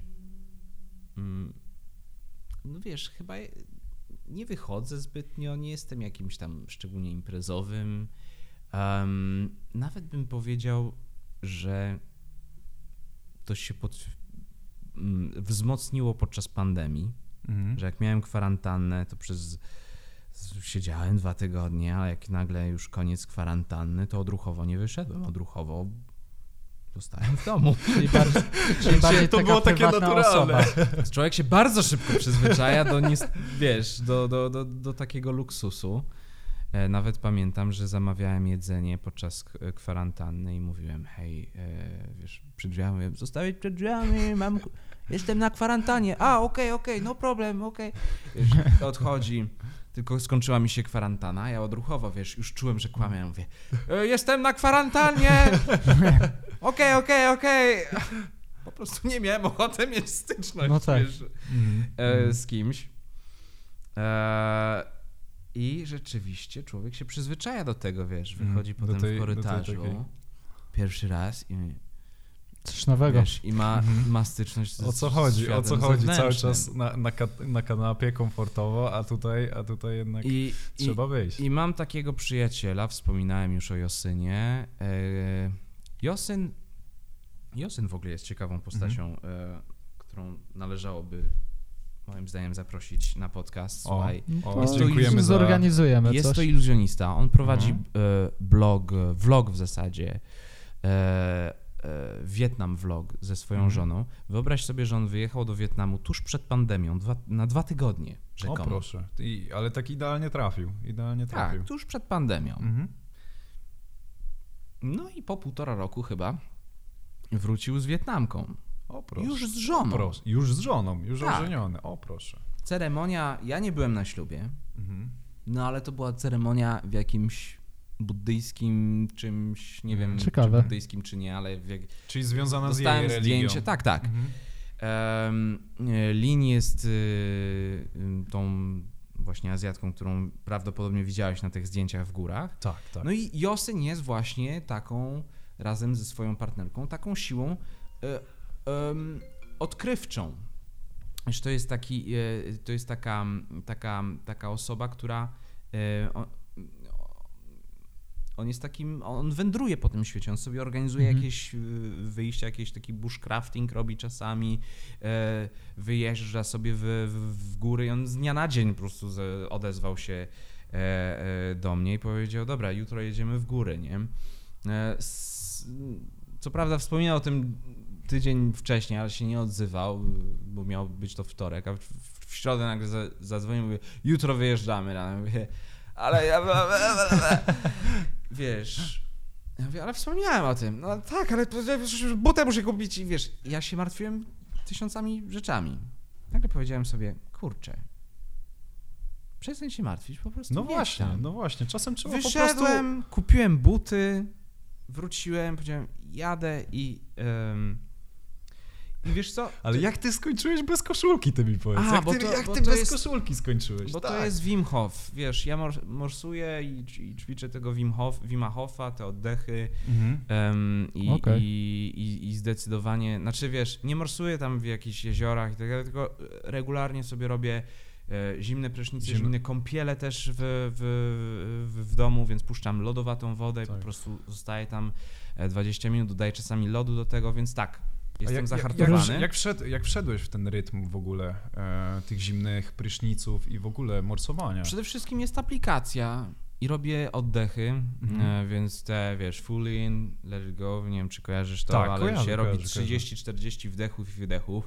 no wiesz, chyba nie wychodzę zbytnio, nie jestem jakimś tam szczególnie imprezowym. Nawet bym powiedział, że to się wzmocniło podczas pandemii, że jak miałem kwarantannę, to siedziałem 2 tygodnie, a jak nagle już koniec kwarantanny, to odruchowo nie wyszedłem. Odruchowo zostałem w domu. Czyli bardziej to było takie naturalne. Osoba. Człowiek się bardzo szybko przyzwyczaja do takiego luksusu. Nawet pamiętam, że zamawiałem jedzenie podczas kwarantanny i mówiłem, hej, wiesz, przed drzwiami, zostawić przed drzwiami, jestem na kwarantannie, okej, no problem, okej. Odchodzi, tylko skończyła mi się kwarantanna, ja odruchowo, wiesz, już czułem, że kłamię, ja mówię, jestem na kwarantannie, okej. Po prostu nie miałem ochoty mieć styczność, no tak. wiesz, z kimś. I rzeczywiście człowiek się przyzwyczaja do tego, wiesz, wychodzi potem w korytarzu pierwszy raz i coś nowego. Wiesz, i ma styczność o co chodzi? Cały czas na kanapie komfortowo, a tutaj jednak trzeba wyjść. I mam takiego przyjaciela, wspominałem już o Josynie. Josyn w ogóle jest ciekawą postacią, którą należałoby moim zdaniem zaprosić na podcast. Słuchaj, dziękujemy zorganizujemy jest coś. To iluzjonista. On prowadzi vlog w zasadzie, Wietnam vlog ze swoją żoną. Wyobraź sobie, że on wyjechał do Wietnamu tuż przed pandemią, na 2 tygodnie rzekomo. O proszę, ale tak idealnie trafił. Tak, tuż przed pandemią. No i po 1,5 roku chyba wrócił z Wietnamką. O proszę. Już z żoną. Już tak. Ożeniony. O proszę. Ceremonia, ja nie byłem na ślubie, no ale to była ceremonia w jakimś buddyjskim czymś, nie wiem, ciekawe. Czy buddyjskim, czy nie, ale... Czyli związana z jej religią. Zdjęcie, tak. Lin jest tą właśnie Azjatką, którą prawdopodobnie widziałeś na tych zdjęciach w górach. Tak. No i Josyn jest właśnie taką, razem ze swoją partnerką, taką siłą odkrywczą. To jest taka osoba, która on wędruje po tym świecie, on sobie organizuje jakieś wyjścia, jakiś taki bushcrafting robi czasami, wyjeżdża sobie w góry i on z dnia na dzień po prostu odezwał się do mnie i powiedział, dobra, jutro jedziemy w góry, nie? Co prawda wspominał o tym tydzień wcześniej, ale się nie odzywał, bo miał być to wtorek, a w środę nagle zadzwonił i mówię, jutro wyjeżdżamy rano. Mówię, ale ja... Wiesz, ja mówię, ale wspomniałem o tym. No tak, ale butę muszę kupić i wiesz, ja się martwiłem 1000 rzeczami. Nagle powiedziałem sobie, kurczę, przestań się martwić, po prostu No właśnie, czasem trzeba Wyszedłem, po prostu... kupiłem buty, wróciłem, powiedziałem, jadę i wiesz co? Ale jak ty skończyłeś bez koszulki, ty mi powiedz. Jak ty bez koszulki skończyłeś? Bo to jest Wim Hof, wiesz, ja morsuję i ćwiczę tego Wima Hofa, te oddechy i zdecydowanie, znaczy wiesz, nie morsuję tam w jakichś jeziorach i tak dalej, tylko regularnie sobie robię zimne prysznice, zimne kąpiele też w domu, więc puszczam lodowatą wodę i po prostu zostaje tam 20 minut, dodaję czasami lodu do tego, więc tak. Jestem zahartowany. Jak wszedłeś w ten rytm w ogóle tych zimnych pryszniców i w ogóle morsowania? Przede wszystkim jest aplikacja i robię oddechy, więc te, wiesz, full in, let it go, nie wiem, czy kojarzysz to, tak, ale się robi 30-40 wdechów i wydechów.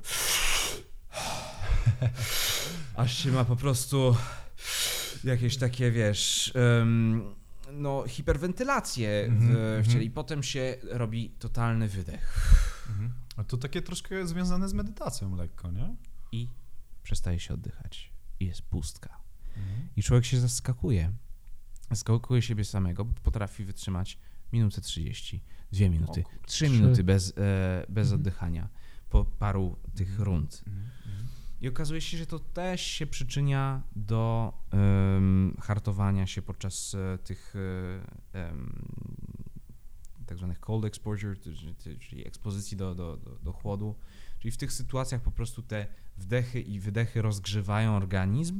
Aż się ma po prostu jakieś takie, wiesz, hiperwentylację w ciele i potem się robi totalny wydech. A to takie troszkę związane z medytacją lekko, nie? I przestaje się oddychać. I jest pustka. I człowiek się zaskakuje siebie samego, bo potrafi wytrzymać minutę 30, 2 minuty, 3 minuty bez oddychania po paru tych rund. I okazuje się, że to też się przyczynia do hartowania się podczas tych tak zwanych cold exposure, czyli ekspozycji do chłodu. Czyli w tych sytuacjach po prostu te wdechy i wydechy rozgrzewają organizm.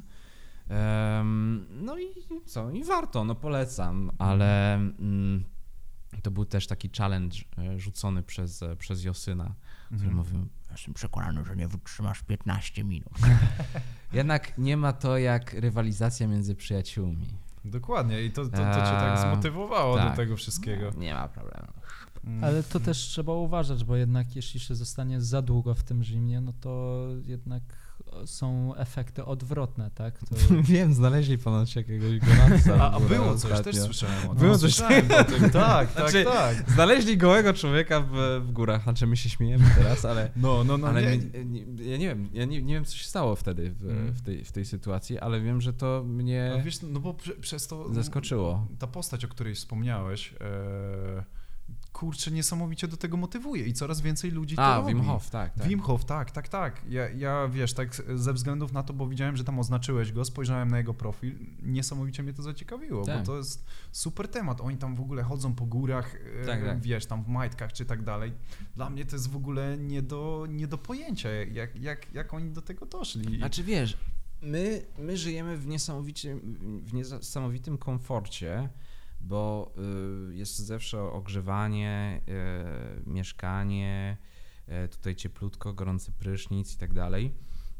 No i co? I warto, polecam, ale to był też taki challenge rzucony przez Josyna, który mówił: jestem przekonany, że nie wytrzymasz 15 minut. Jednak nie ma to jak rywalizacja między przyjaciółmi. Dokładnie i to cię tak zmotywowało do tego wszystkiego. Nie ma problemu. Ale to też trzeba uważać, bo jednak jeśli się zostanie za długo w tym gymie, no to jednak są efekty odwrotne, tak? To... Wiem, znaleźli ponoć jakiegoś gorąca. A było coś, ostatnio. Też słyszałem o tym. Było coś o tym. Tak. Znaleźli gołego człowieka w górach, znaczy my się śmiejemy teraz, ale... Ale ja nie wiem, co się stało wtedy w tej sytuacji, ale wiem, że to mnie bo przez to zaskoczyło. Ta postać, o której wspomniałeś, kurczę, niesamowicie do tego motywuje i coraz więcej ludzi to robi. Wim Hof, tak. Wim Hof, tak. Ja wiesz, tak ze względów na to, bo widziałem, że tam oznaczyłeś go, spojrzałem na jego profil, niesamowicie mnie to zaciekawiło, bo to jest super temat. Oni tam w ogóle chodzą po górach, wiesz, tam w majtkach czy tak dalej. Dla mnie to jest w ogóle nie do pojęcia, jak oni do tego doszli. Znaczy wiesz, my żyjemy w niesamowitym komforcie, bo jest zawsze ogrzewanie, mieszkanie, tutaj cieplutko, gorący prysznic i tak dalej.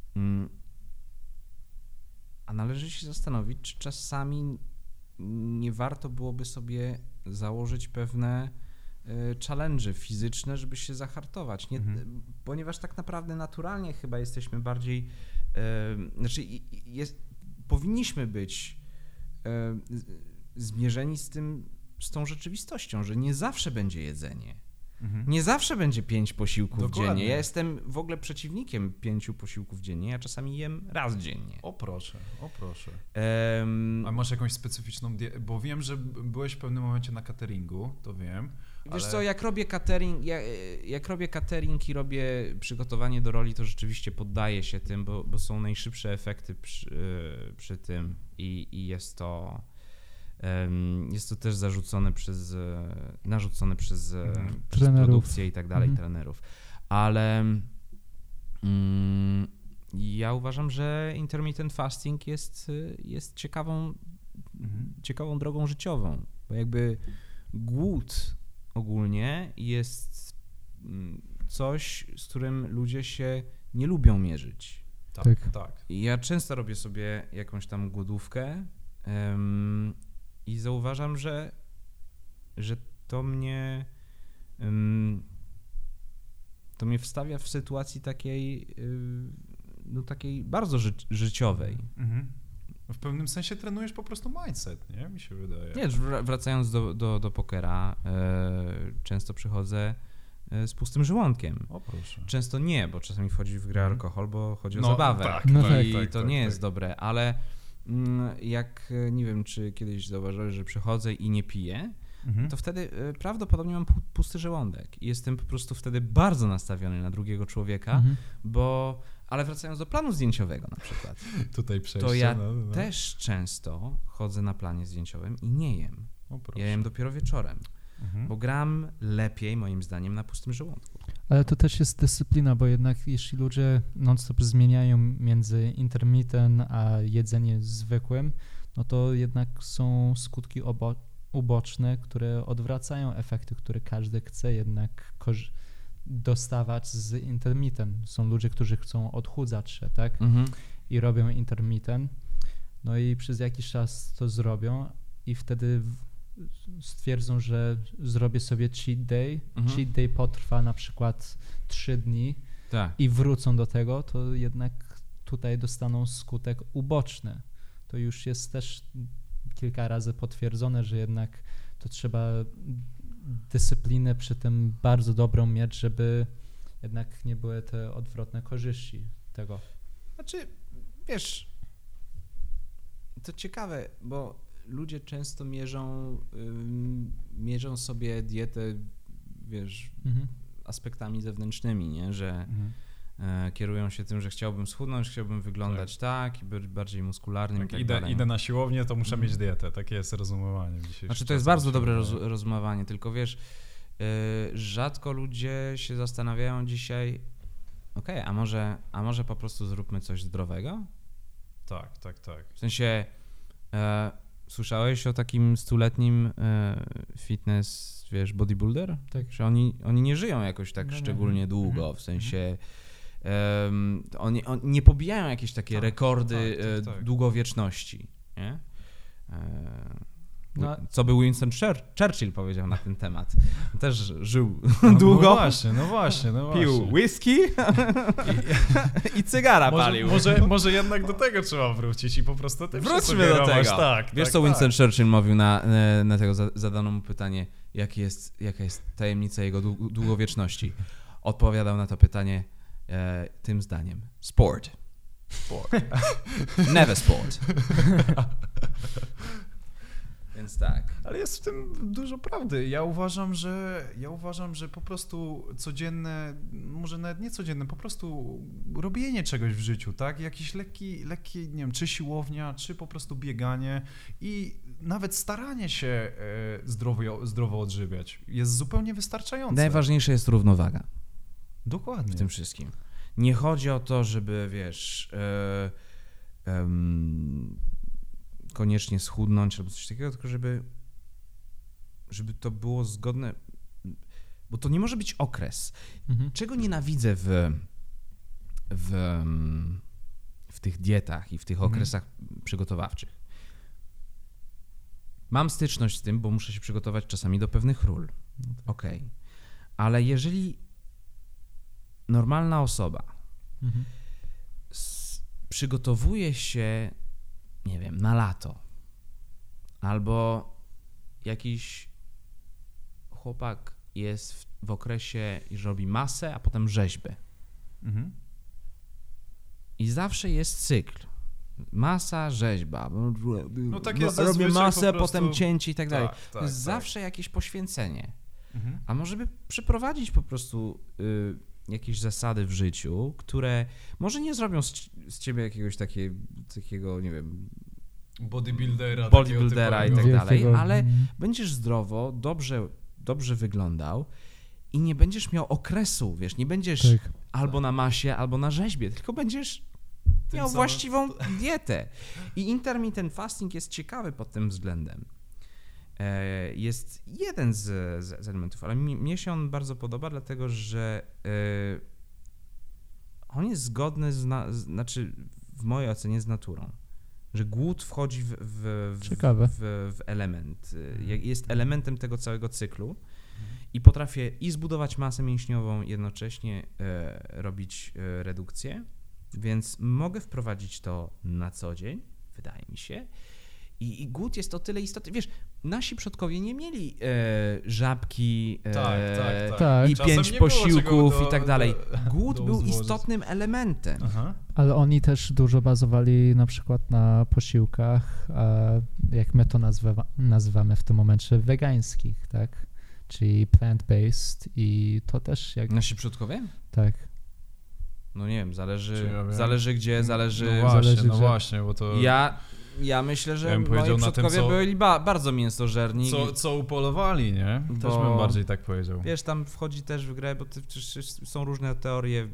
A należy się zastanowić, czy czasami nie warto byłoby sobie założyć pewne challenge fizyczne, żeby się zahartować. Ponieważ tak naprawdę naturalnie chyba jesteśmy bardziej, powinniśmy być zmierzeni z tą rzeczywistością, że nie zawsze będzie jedzenie. Nie zawsze będzie 5 posiłków dziennie. Ja jestem w ogóle przeciwnikiem 5 posiłków dziennie. Ja czasami jem raz dziennie. O proszę. A masz jakąś specyficzną dietę? Bo wiem, że byłeś w pewnym momencie na cateringu, to wiem. Wiesz co, jak robię catering i robię przygotowanie do roli, to rzeczywiście poddaję się tym, bo są najszybsze efekty przy tym i jest to też narzucone przez produkcję i tak dalej, trenerów. Ale ja uważam, że intermittent fasting jest ciekawą drogą życiową, bo jakby głód ogólnie jest coś, z którym ludzie się nie lubią mierzyć. Tak. I ja często robię sobie jakąś tam głodówkę i zauważam, że to mnie wstawia w sytuacji takiej bardzo życiowej. W pewnym sensie trenujesz po prostu mindset, nie? Mi się wydaje. Nie, wracając do pokera, często przychodzę z pustym żołądkiem. O proszę. Często nie, bo czasami wchodzi w grę alkohol, bo chodzi o zabawę. To nie jest dobre, ale jak, nie wiem, czy kiedyś zauważyłeś, że przychodzę i nie piję, to wtedy prawdopodobnie mam pusty żołądek i jestem po prostu wtedy bardzo nastawiony na drugiego człowieka, ale wracając do planu zdjęciowego na przykład, tutaj przejście, to ja też często chodzę na planie zdjęciowym i nie jem. Ja jem dopiero wieczorem, bo gram lepiej moim zdaniem na pustym żołądku. Ale to też jest dyscyplina, bo jednak jeśli ludzie non-stop zmieniają między intermittent a jedzenie zwykłym, no to jednak są skutki uboczne, które odwracają efekty, które każdy chce jednak dostawać z intermittent. Są ludzie, którzy chcą odchudzać się, tak? I robią intermittent, no i przez jakiś czas to zrobią i wtedy stwierdzą, że zrobię sobie cheat day. Cheat day potrwa na przykład 3 dni i wrócą do tego, to jednak tutaj dostaną skutek uboczny. To już jest też kilka razy potwierdzone, że jednak to trzeba dyscyplinę przy tym bardzo dobrą mieć, żeby jednak nie były te odwrotne korzyści tego. Znaczy, wiesz, to ciekawe, bo ludzie często mierzą sobie dietę, wiesz, aspektami zewnętrznymi, nie? Że kierują się tym, że chciałbym schudnąć, chciałbym wyglądać tak i być bardziej muskularnym i tak dalej. Idę na siłownię, to muszę mieć dietę. Takie jest rozumowanie dzisiaj. Znaczy to jest bardzo dobre rozumowanie, tylko wiesz, rzadko ludzie się zastanawiają dzisiaj, okej, a może po prostu zróbmy coś zdrowego? Tak. W sensie, słyszałeś o takim 100-letnim fitness, wiesz, bodybuilder? Tak. Że oni nie żyją jakoś tak szczególnie długo, w sensie oni nie pobijają jakieś takie rekordy długowieczności, nie? Co by Winston Churchill powiedział na ten temat? Też żył długo. No właśnie. Pił whisky i cygara palił. Może jednak do tego trzeba wrócić i po prostu wróćmy do tego. Wiesz co Winston Churchill mówił na tego zadano mu pytanie, jaka jest tajemnica jego długowieczności? Odpowiadał na to pytanie tym zdaniem. Sport. Never sport. Więc tak. Ale jest w tym dużo prawdy. Ja uważam, że po prostu codzienne, może nawet nie codzienne, po prostu robienie czegoś w życiu, tak? Jakiś lekki, nie wiem, czy siłownia, czy po prostu bieganie i nawet staranie się zdrowo odżywiać jest zupełnie wystarczające. Najważniejsza jest równowaga. Dokładnie. W tym wszystkim. Nie chodzi o to, żeby, wiesz, koniecznie schudnąć albo coś takiego, tylko żeby to było zgodne, bo to nie może być okres. Czego nienawidzę w tych dietach i w tych okresach przygotowawczych? Mam styczność z tym, bo muszę się przygotować czasami do pewnych ról. Okej. Ale jeżeli normalna osoba przygotowuje się, nie wiem, na lato, albo jakiś chłopak jest w okresie i robi masę, a potem rzeźbę. I zawsze jest cykl. Masa, rzeźba. No tak jest robię masę, po potem cięcie i tak dalej. Tak, jest zawsze jakieś poświęcenie. A może by przeprowadzić po prostu jakieś zasady w życiu, które może nie zrobią z ciebie jakiegoś takiego, nie wiem, bodybuildera i tak dalej, ale będziesz zdrowo, dobrze wyglądał i nie będziesz miał okresu, wiesz, nie będziesz albo na masie, albo na rzeźbie, tylko będziesz miał właściwą dietę. I intermittent fasting jest ciekawy pod tym względem. Jest jeden z elementów, ale mnie się on bardzo podoba, dlatego że on jest zgodny znaczy w mojej ocenie z naturą, że głód wchodzi w element, jest elementem tego całego cyklu i potrafię i zbudować masę mięśniową, jednocześnie robić redukcję, więc mogę wprowadzić to na co dzień, wydaje mi się. I głód jest o tyle istotny. Wiesz, nasi przodkowie nie mieli żabki i 5 posiłków i tak dalej. Głód był istotnym elementem. Ale oni też dużo bazowali na przykład na posiłkach, jak my to nazywamy w tym momencie, wegańskich, tak? Czyli plant-based i to też jak... Nasi przodkowie? Tak. No nie wiem, zależy gdzie, No właśnie, bo to... Ja myślę, że moi przodkowie byli bardzo mięsożerni. Co upolowali, nie? Też bym bardziej tak powiedział. Wiesz, tam wchodzi też w grę, bo są różne teorie,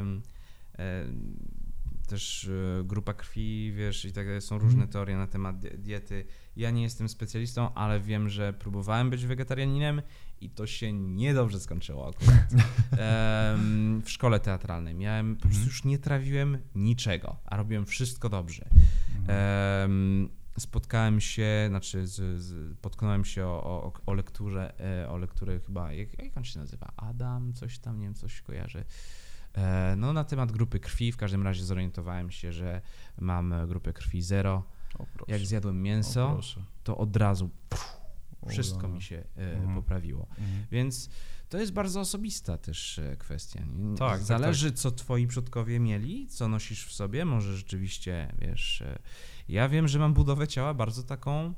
też grupa krwi, wiesz, i tak dalej. Są różne teorie na temat diety. Ja nie jestem specjalistą, ale wiem, że próbowałem być wegetarianinem i to się niedobrze skończyło akurat. W szkole teatralnej po prostu już nie trawiłem niczego, a robiłem wszystko dobrze. Spotkałem się, potknąłem się o lekturze chyba, jak on się nazywa? Adam, coś tam, nie wiem, coś kojarzy. No na temat grupy krwi, w każdym razie zorientowałem się, że mam grupę krwi 0 Jak zjadłem mięso, to od razu wszystko mi się poprawiło. Więc to jest bardzo osobista też kwestia. Tak, zależy, co twoi przodkowie mieli, co nosisz w sobie. Może rzeczywiście, wiesz, ja wiem, że mam budowę ciała bardzo taką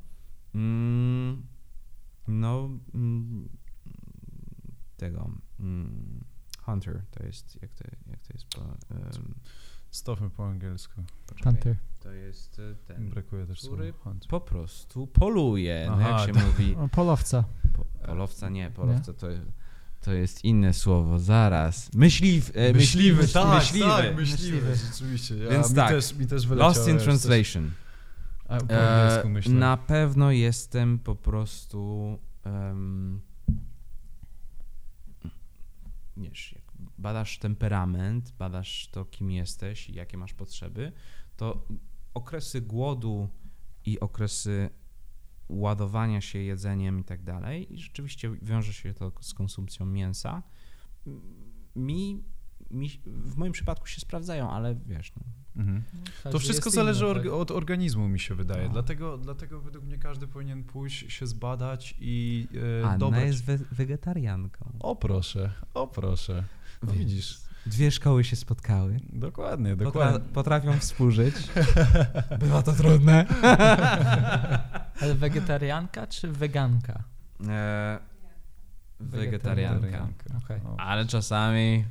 Hunter, to jest, jak to jest Stopmy po angielsku. Hunter. To jest ten, brakuje też który Hunter. po prostu poluje, jak się mówi. Polowca. Polowca nie, to jest inne słowo, zaraz. Myśliwy, tak, rzeczywiście. Więc mi też wyleciało. Lost in Translation. Po angielsku myślę. Na pewno jestem po prostu wiesz, jak badasz temperament, badasz to, kim jesteś i jakie masz potrzeby, to okresy głodu i okresy ładowania się jedzeniem i tak dalej, i rzeczywiście wiąże się to z konsumpcją mięsa, w moim przypadku się sprawdzają, ale wiesz, To wszystko zależy od organizmu, mi się wydaje. Dlatego według mnie każdy powinien pójść się zbadać i Anna jest wegetarianką. O proszę. No, widzisz. Dwie szkoły się spotkały. Dokładnie. Potrafią współżyć. Bywa to trudne. Ale wegetarianka czy weganka? Wegetarianka. Okay. Ale czasami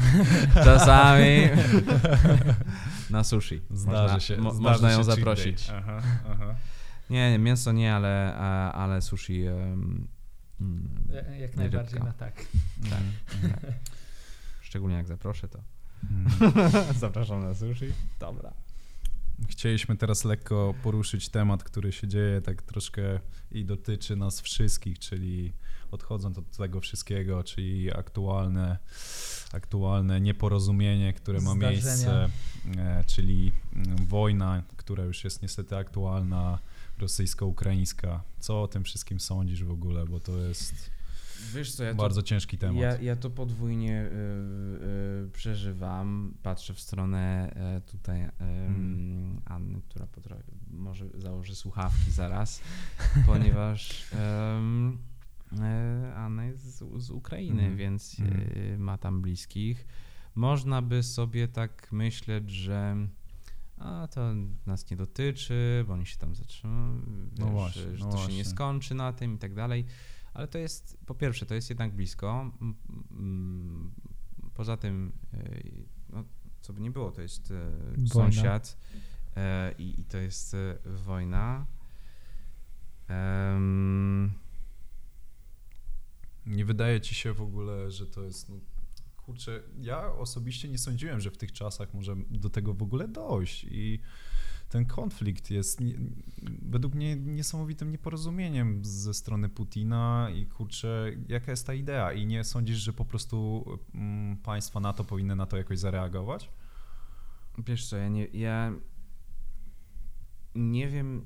na sushi. Zdarzy się. Można ją zaprosić. Aha. Nie, mięso nie, ale sushi. Jak najbardziej na tak. Szczególnie jak zaproszę, to zapraszam na sushi. Dobra. Chcieliśmy teraz lekko poruszyć temat, który się dzieje tak troszkę i dotyczy nas wszystkich, czyli odchodząc od tego wszystkiego, czyli aktualne nieporozumienie, które ma miejsce, czyli wojna, która już jest niestety aktualna, rosyjsko-ukraińska. Co o tym wszystkim sądzisz w ogóle, bo to jest bardzo ciężki temat. Ja to podwójnie przeżywam. Patrzę w stronę tutaj Anny, która może założy słuchawki zaraz, ponieważ Anna jest z Ukrainy, więc ma tam bliskich. Można by sobie tak myśleć, że to nas nie dotyczy, bo oni się tam zatrzymają, że to się nie skończy na tym i tak dalej. Ale to jest, po pierwsze, to jest jednak blisko. Poza tym, co by nie było, to jest sąsiad i to jest wojna. Nie wydaje ci się w ogóle, że to jest... Kurczę, ja osobiście nie sądziłem, że w tych czasach może do tego w ogóle dojść i ten konflikt jest według mnie niesamowitym nieporozumieniem ze strony Putina i kurczę, jaka jest ta idea i nie sądzisz, że po prostu państwa NATO powinny na to jakoś zareagować? Wiesz co, ja nie wiem,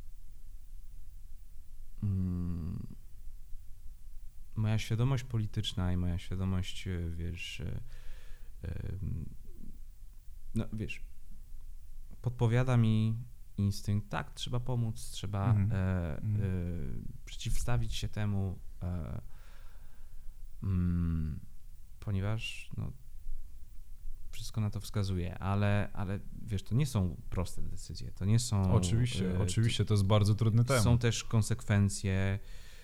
moja świadomość polityczna i moja świadomość, podpowiada mi instynkt, tak, trzeba pomóc, trzeba przeciwstawić się temu, ponieważ wszystko na to wskazuje, ale wiesz, to nie są proste decyzje, to nie są... Oczywiście, to jest bardzo trudny temat. Są też konsekwencje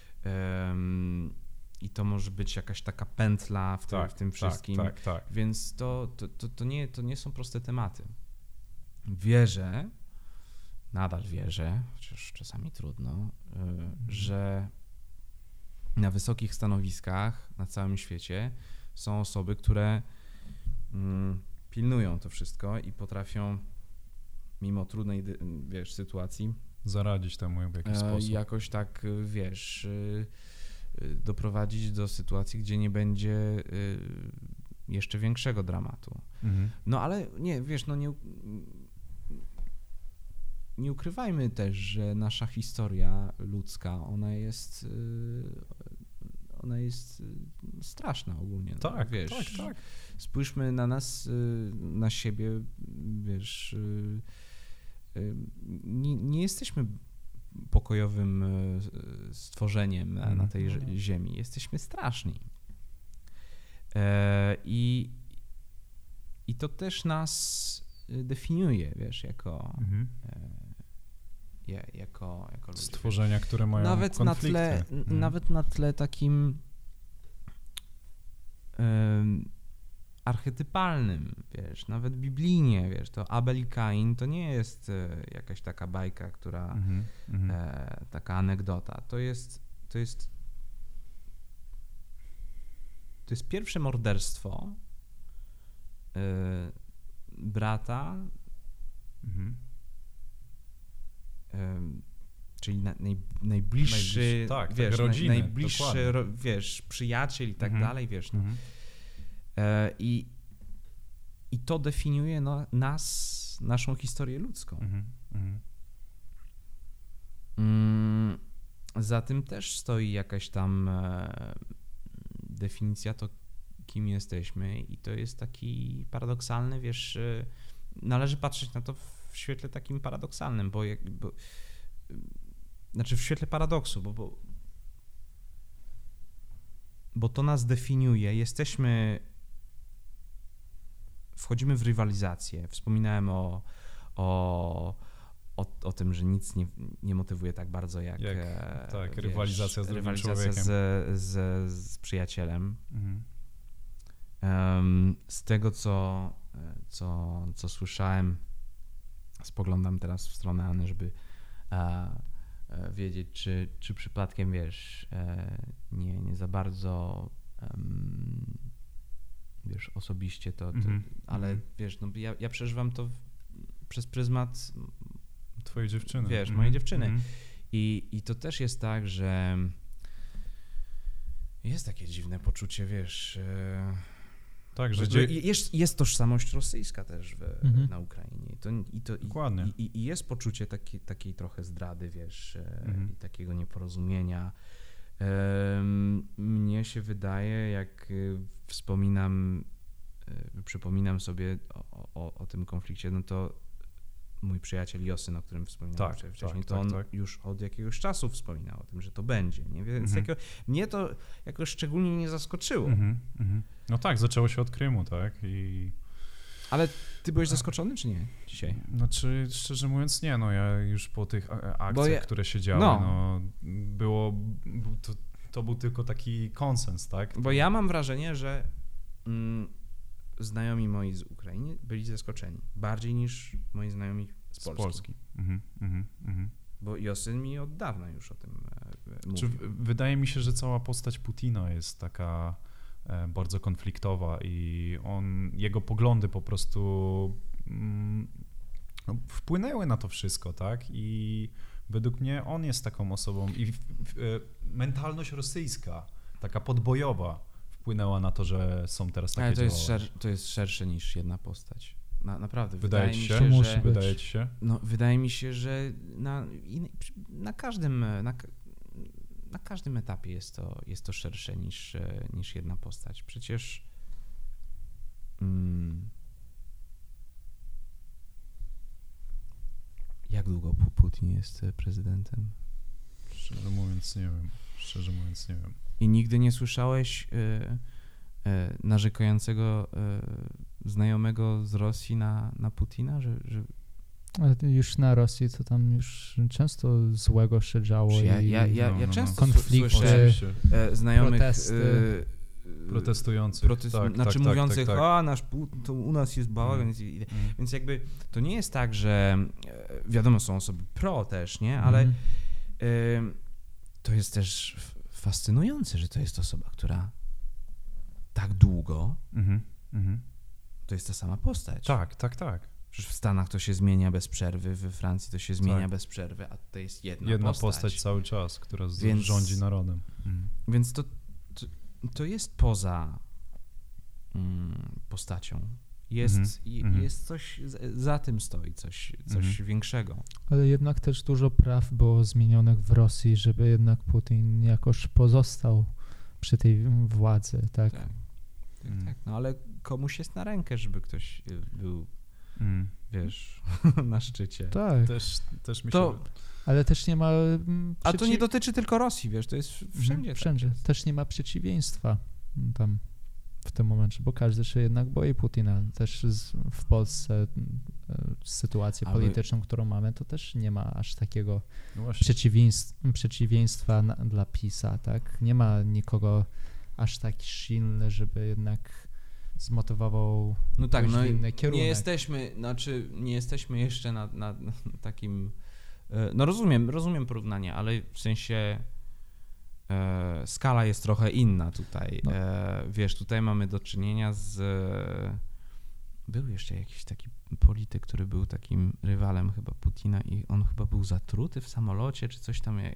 i to może być jakaś taka pętla w tym wszystkim, tak. Więc to nie są proste tematy. Wierzę, nadal wierzę, chociaż czasami trudno, że na wysokich stanowiskach na całym świecie są osoby, które pilnują to wszystko i potrafią mimo trudnej, sytuacji zaradzić temu w jakiś sposób. Jakoś tak, doprowadzić do sytuacji, gdzie nie będzie jeszcze większego dramatu. No ale nie ukrywajmy też, że nasza historia ludzka, ona jest straszna ogólnie. Tak. Spójrzmy na nas, na siebie, nie jesteśmy pokojowym stworzeniem na tej ziemi. Jesteśmy straszni. I to też nas definiuje, wiesz, jako ludzi. Stworzenia, które mają konflikty. Nawet na tle takim archetypalnym, wiesz, nawet biblijnie, wiesz, to Abel i Kain to nie jest jakaś taka bajka, która taka anegdota. To jest pierwsze morderstwo brata, czyli najbliższy, wiesz, rodziny, najbliższy, wiesz, przyjaciel i tak dalej, wiesz, no. I to definiuje naszą historię ludzką. Za tym też stoi jakaś tam definicja, to kim jesteśmy, i to jest taki paradoksalny, wiesz, należy patrzeć na to w świetle takim paradoksalnym, znaczy w świetle paradoksu, bo to nas definiuje, wchodzimy w rywalizację. Wspominałem o tym, że nic nie motywuje tak bardzo jak rywalizacja z drugim człowiekiem. z przyjacielem. Z tego, co słyszałem, spoglądam teraz w stronę Anny, żeby wiedzieć, czy przypadkiem, wiesz, nie za bardzo wiesz, osobiście to ale wiesz, no ja przeżywam to przez pryzmat twojej dziewczyny. Wiesz, mojej dziewczyny. I to też jest tak, że jest takie dziwne poczucie, wiesz, tak, że jest tożsamość rosyjska też na Ukrainie. Dokładnie. I jest poczucie takiej trochę zdrady, wiesz, i takiego nieporozumienia. Mnie się wydaje, jak przypominam sobie o tym konflikcie, no to mój przyjaciel Josyn, o którym wspominałem wcześniej, on już od jakiegoś czasu wspominał o tym, że to będzie, nie? Więc mnie to jakoś szczególnie nie zaskoczyło. No tak, zaczęło się od Krymu, tak? Ale ty byłeś zaskoczony, czy nie dzisiaj? Znaczy, szczerze mówiąc, nie, no ja już po tych akcjach, które się działy, to był tylko taki konsens, tak? Bo ja mam wrażenie, że znajomi moi z Ukrainy byli zaskoczeni. Bardziej niż moi znajomi z Polski. Bo Josyn mi od dawna już o tym mówił. Wydaje mi się, że cała postać Putina jest taka bardzo konfliktowa i jego poglądy po prostu wpłynęły na to wszystko, tak? I według mnie on jest taką osobą i mentalność rosyjska, taka podbojowa, wpłynęła na to, że są teraz takie działania. To jest szersze niż jedna postać. Naprawdę. Wydaje ci się? No, wydaje mi się, że na każdym etapie jest to szersze niż jedna postać. Przecież jak długo Putin jest prezydentem? Szczerze mówiąc nie wiem. I nigdy nie słyszałeś narzekającego znajomego z Rosji na Putina, że już na Rosji to tam już często złego się działo. Ja często konflikty, słyszę znajomych protestujących, mówiących, nasz Putin, to u nas jest bałagan, więc jakby to nie jest tak, że wiadomo, są osoby pro też, nie, ale to jest też fascynujące, że to jest osoba, która tak długo to jest ta sama postać. Tak. Przecież w Stanach to się zmienia bez przerwy, we Francji to się zmienia bez przerwy, a to jest jedna postać cały czas, która rządzi narodem. Więc to jest poza postacią. Jest coś, za tym stoi coś większego. Ale jednak też dużo praw było zmienionych w Rosji, żeby jednak Putin jakoś pozostał przy tej władzy, tak? Tak. No ale komuś jest na rękę, żeby ktoś był wiesz, na szczycie. Tak. Też mi się... Ale też nie ma... A to nie dotyczy tylko Rosji, wiesz, to jest wszędzie. Wszędzie. Tak. Też nie ma przeciwieństwa tam w tym momencie, bo każdy się jednak boi Putina. Też w Polsce sytuację polityczną, którą mamy, to też nie ma aż takiego przeciwieństwa dla PiS-a, tak? Nie ma nikogo aż tak silny, żeby jednak zmotywował w inny kierunek. Nie jesteśmy jeszcze na takim... No rozumiem porównanie, ale w sensie skala jest trochę inna tutaj. No. Wiesz, tutaj mamy do czynienia z... Był jeszcze jakiś taki polityk, który był takim rywalem chyba Putina i on chyba był zatruty w samolocie, czy coś tam...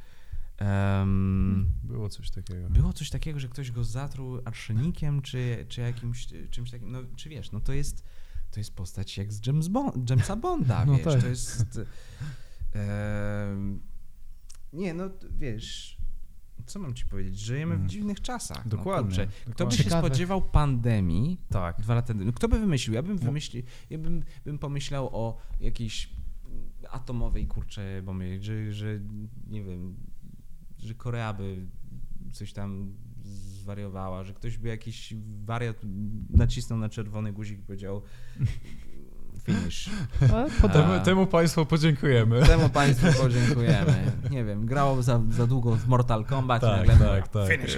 Było coś takiego. Było coś takiego, że ktoś go zatruł arszenikiem, czy jakimś czymś takim, no czy wiesz, no to jest postać jak z Jamesa Bonda, no wiesz, tak. To jest... nie, no wiesz, co mam ci powiedzieć, żyjemy w dziwnych czasach. Dokładnie. No, kto by się spodziewał pandemii 2 lata temu? No, kto by wymyślił? Ja bym pomyślał o jakiejś atomowej, bombie, że nie wiem, że Korea by coś tam zwariowała, że ktoś by jakiś wariat nacisnął na czerwony guzik i powiedział finish. Temu państwu podziękujemy. Nie wiem, grało za długo w Mortal Kombat. Tak. Finish.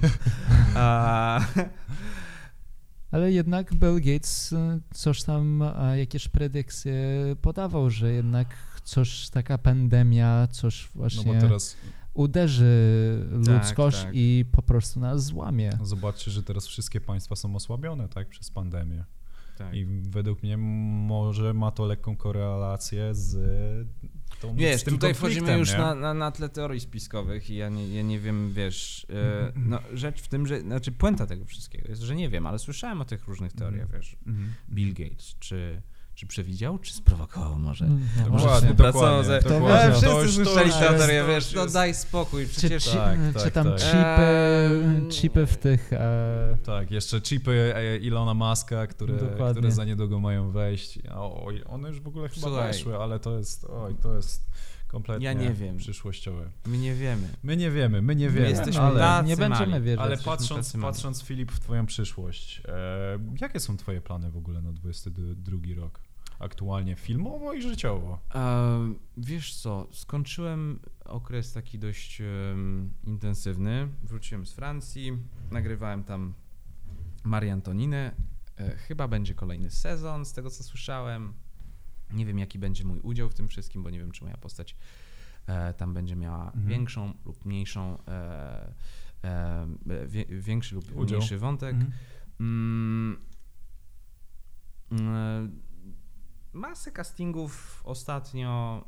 Ale jednak Bill Gates coś tam, jakieś predykcje podawał, że jednak coś, taka pandemia, coś właśnie uderzy ludzkość i po prostu nas złamie. Zobaczcie, że teraz wszystkie państwa są osłabione, tak, przez pandemię. Tak. I według mnie może ma to lekką korelację z tą wiesz, z tym tutaj wchodzimy nie? już na tle teorii spiskowych i ja nie wiem, wiesz, no rzecz w tym, że, znaczy puenta tego wszystkiego jest, że nie wiem, ale słyszałem o tych różnych teoriach, wiesz, Bill Gates, czy przewidział, czy sprowokował może? Dokładnie. Wszyscy słyszeli tę teorię, wiesz, no daj spokój, przecież... Czy tam chipy w tych... Tak, jeszcze chipy Elona Muska, które za niedługo mają wejść. One już w ogóle chyba weszły, ale to jest kompletnie przyszłościowe. My nie wiemy. My jesteśmy ale nie będziemy wiedzieć. Ale patrząc Filip, w twoją przyszłość, jakie są twoje plany w ogóle na 22 rok? Aktualnie filmowo i życiowo? Wiesz co, skończyłem okres taki dość intensywny. Wróciłem z Francji, nagrywałem tam Marię Antoninę. Chyba będzie kolejny sezon, z tego co słyszałem. Nie wiem, jaki będzie mój udział w tym wszystkim, bo nie wiem, czy moja postać tam będzie miała większą lub mniejszą, większy lub mniejszy wątek. Masę castingów ostatnio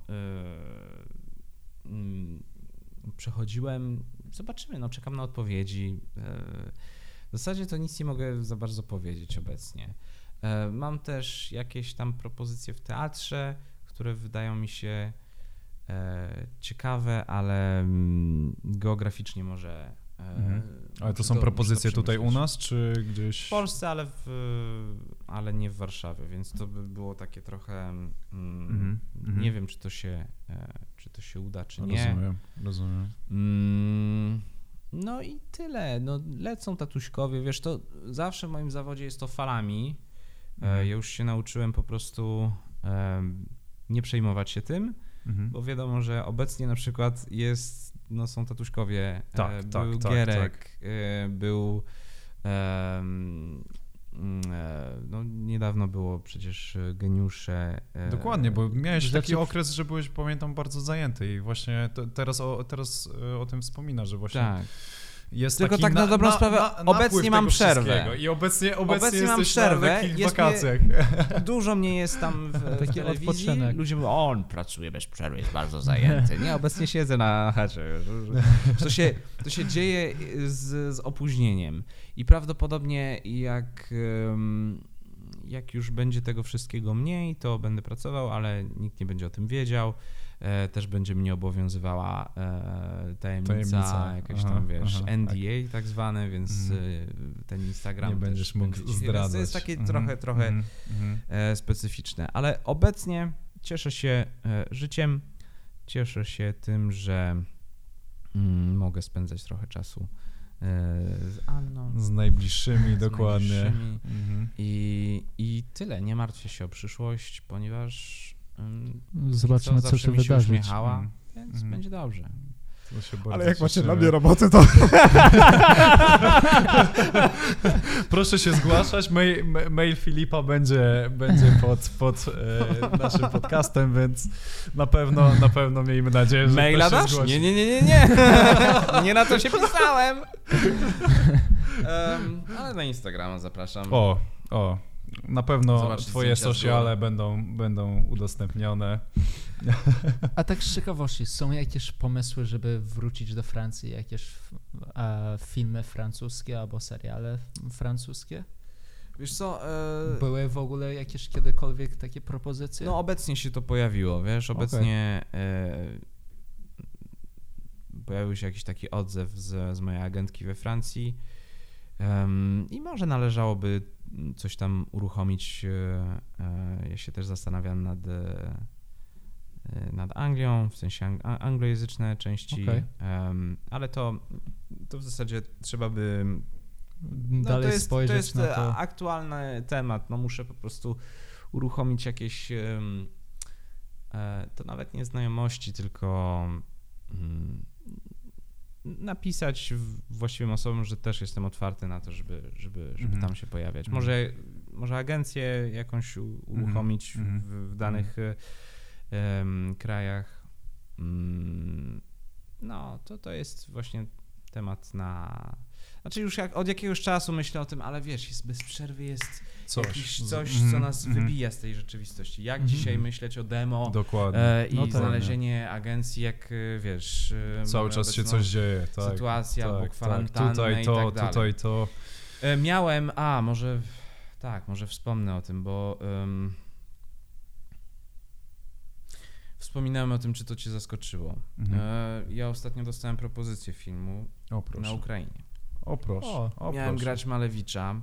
przechodziłem. Zobaczymy, no czekam na odpowiedzi. W zasadzie to nic nie mogę za bardzo powiedzieć obecnie. Mam też jakieś tam propozycje w teatrze, które wydają mi się ciekawe, ale geograficznie może... Ale to są propozycje tutaj u nas, czy gdzieś... W Polsce, ale nie w Warszawie, więc to by było takie trochę... Nie wiem, czy to się uda, czy nie. Rozumiem. No i tyle. No, lecą tatuśkowie, wiesz, to zawsze w moim zawodzie jest to falami. Ja już się nauczyłem po prostu nie przejmować się tym, bo wiadomo, że obecnie na przykład są tatuśkowie, był Gierek, był no niedawno było przecież Geniusze. Dokładnie, bo miałeś taki okres, że byłeś, pamiętam, bardzo zajęty i właśnie teraz o tym wspominasz, że właśnie... Tak. Jest tylko taki tak na dobrą sprawę, obecnie mam przerwę. I obecnie jesteś przerwę, na lekkich wakacjach. Dużo mnie jest tam w telewizji. Odpoczynek. Ludzie mówią, on pracuje bez przerwy, jest bardzo zajęty. Nie, obecnie siedzę na chacie. To się dzieje z opóźnieniem. I prawdopodobnie jak już będzie tego wszystkiego mniej, to będę pracował, ale nikt nie będzie o tym wiedział. też będzie mnie obowiązywała tajemnica jakaś tam, wiesz, NDA tak zwany, więc ten Instagram nie będziesz mógł zdradzać. To jest takie trochę specyficzne, ale obecnie cieszę się życiem, cieszę się tym, że mogę spędzać trochę czasu z Anną. Z najbliższymi, dokładnie. I tyle, nie martwię się o przyszłość, ponieważ zobaczymy, co się wydarzy. Uśmiechała, więc będzie dobrze. Ale jak macie dla mnie roboty, to... Proszę się zgłaszać. Mail Filipa będzie pod naszym podcastem, więc na pewno miejmy nadzieję, że Maila ktoś się dasz? zgłosi. Nie. Nie na to się pisałem. Ale na Instagrama zapraszam. O. Na pewno Zobaczyć twoje sociale będą udostępnione. A tak z ciekawości, są jakieś pomysły, żeby wrócić do Francji? Jakieś filmy francuskie albo seriale francuskie? Wiesz co? Były w ogóle jakieś kiedykolwiek takie propozycje? No obecnie się to pojawiło, wiesz? Obecnie pojawił się jakiś taki odzew z mojej agentki we Francji i może należałoby coś tam uruchomić. Ja się też zastanawiam nad Anglią, w sensie anglojęzyczne części, ale to w zasadzie trzeba by... Dalej spojrzeć na to. To jest aktualny temat, no muszę po prostu uruchomić jakieś, to nawet nie znajomości, tylko napisać właściwym osobom, że też jestem otwarty na to, żeby tam się pojawiać. Może agencję jakąś uruchomić w danych krajach. No, to jest właśnie temat na... Znaczy już od jakiegoś czasu myślę o tym, ale wiesz, bez przerwy jest coś, co nas wybija z tej rzeczywistości. Jak dzisiaj myśleć o demo i znalezienie agencji, jak wiesz... Cały czas się coś dzieje. Tak, sytuacja albo kwarantanna tutaj to, i tak dalej. Tutaj to. Miałem, może wspomnę o tym, bo wspominałem o tym, czy to cię zaskoczyło. Ja ostatnio dostałem propozycję filmu na Ukrainie. O proszę. Miałem grać Malewicza,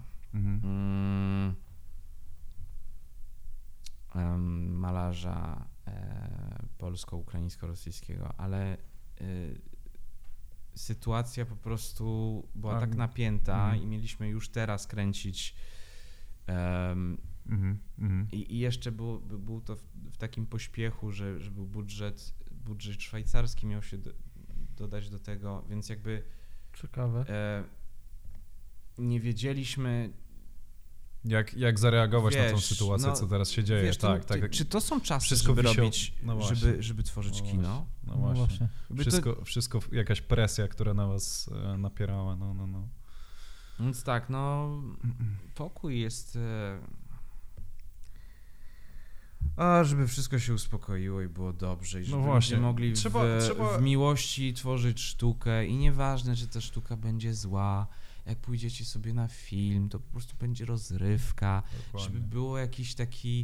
malarza polsko-ukraińsko-rosyjskiego, ale sytuacja po prostu była tak napięta i mieliśmy już teraz kręcić i jeszcze był to w takim pośpiechu, że był budżet szwajcarski miał się dodać do tego, więc jakby ciekawe. Nie wiedzieliśmy jak zareagować na tą sytuację, co teraz się dzieje. Wiesz, czy to są czasy, żeby robić, żeby tworzyć kino? No właśnie. Wszystko jakaś presja, która na was napierała. No. Więc tak, pokój jest... żeby wszystko się uspokoiło i było dobrze i żeby ludzie mogli w miłości tworzyć sztukę i nieważne, że ta sztuka będzie zła, jak pójdziecie sobie na film, to po prostu będzie rozrywka, żeby było jakiś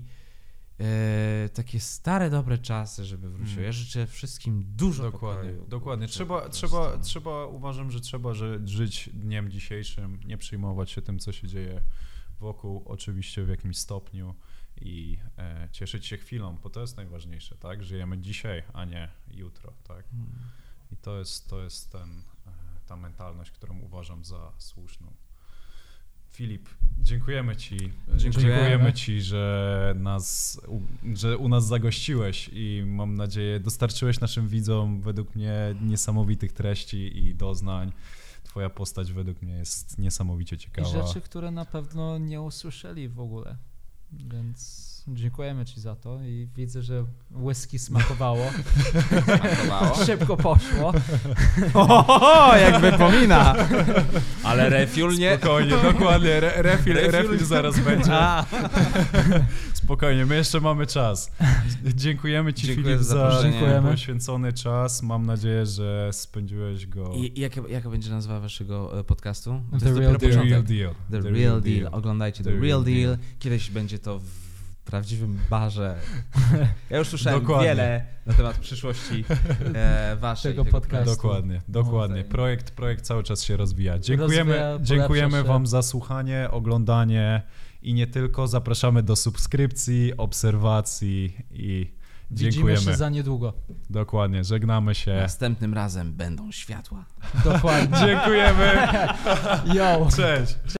takie stare, dobre czasy, żeby wróciło. Ja życzę wszystkim dużo pokoju. Dokładnie. Uważam, że trzeba żyć dniem dzisiejszym, nie przejmować się tym, co się dzieje wokół, oczywiście w jakimś stopniu i cieszyć się chwilą, bo to jest najważniejsze, tak? Żyjemy dzisiaj, a nie jutro, tak? I to jest ta mentalność, którą uważam za słuszną. Filip, dziękujemy Ci, że u nas zagościłeś i mam nadzieję dostarczyłeś naszym widzom według mnie niesamowitych treści i doznań. Twoja postać według mnie jest niesamowicie ciekawa. I rzeczy, które na pewno nie usłyszeli w ogóle, więc dziękujemy Ci za to i widzę, że whisky smakowało. Szybko poszło. Jak wypomina. Ale refill nie. Spokojnie, dokładnie. Refill zaraz będzie. Spokojnie, my jeszcze mamy czas. Dziękujemy Ci, Filip, za poświęcony czas. Mam nadzieję, że spędziłeś go... I jaka będzie nazwa waszego podcastu? The Real Deal. The Real Deal. Oglądajcie The Real Deal. Kiedyś będzie to w prawdziwym barze. Ja już słyszałem wiele na temat przyszłości waszej tego podcastu. Dokładnie. Projekt cały czas się rozwija. Dziękujemy wam za słuchanie, oglądanie i nie tylko. Zapraszamy do subskrypcji, obserwacji i dziękujemy. Widzimy się za niedługo. Dokładnie, żegnamy się. Następnym razem będą światła. Dokładnie. Dziękujemy. Yo. Cześć.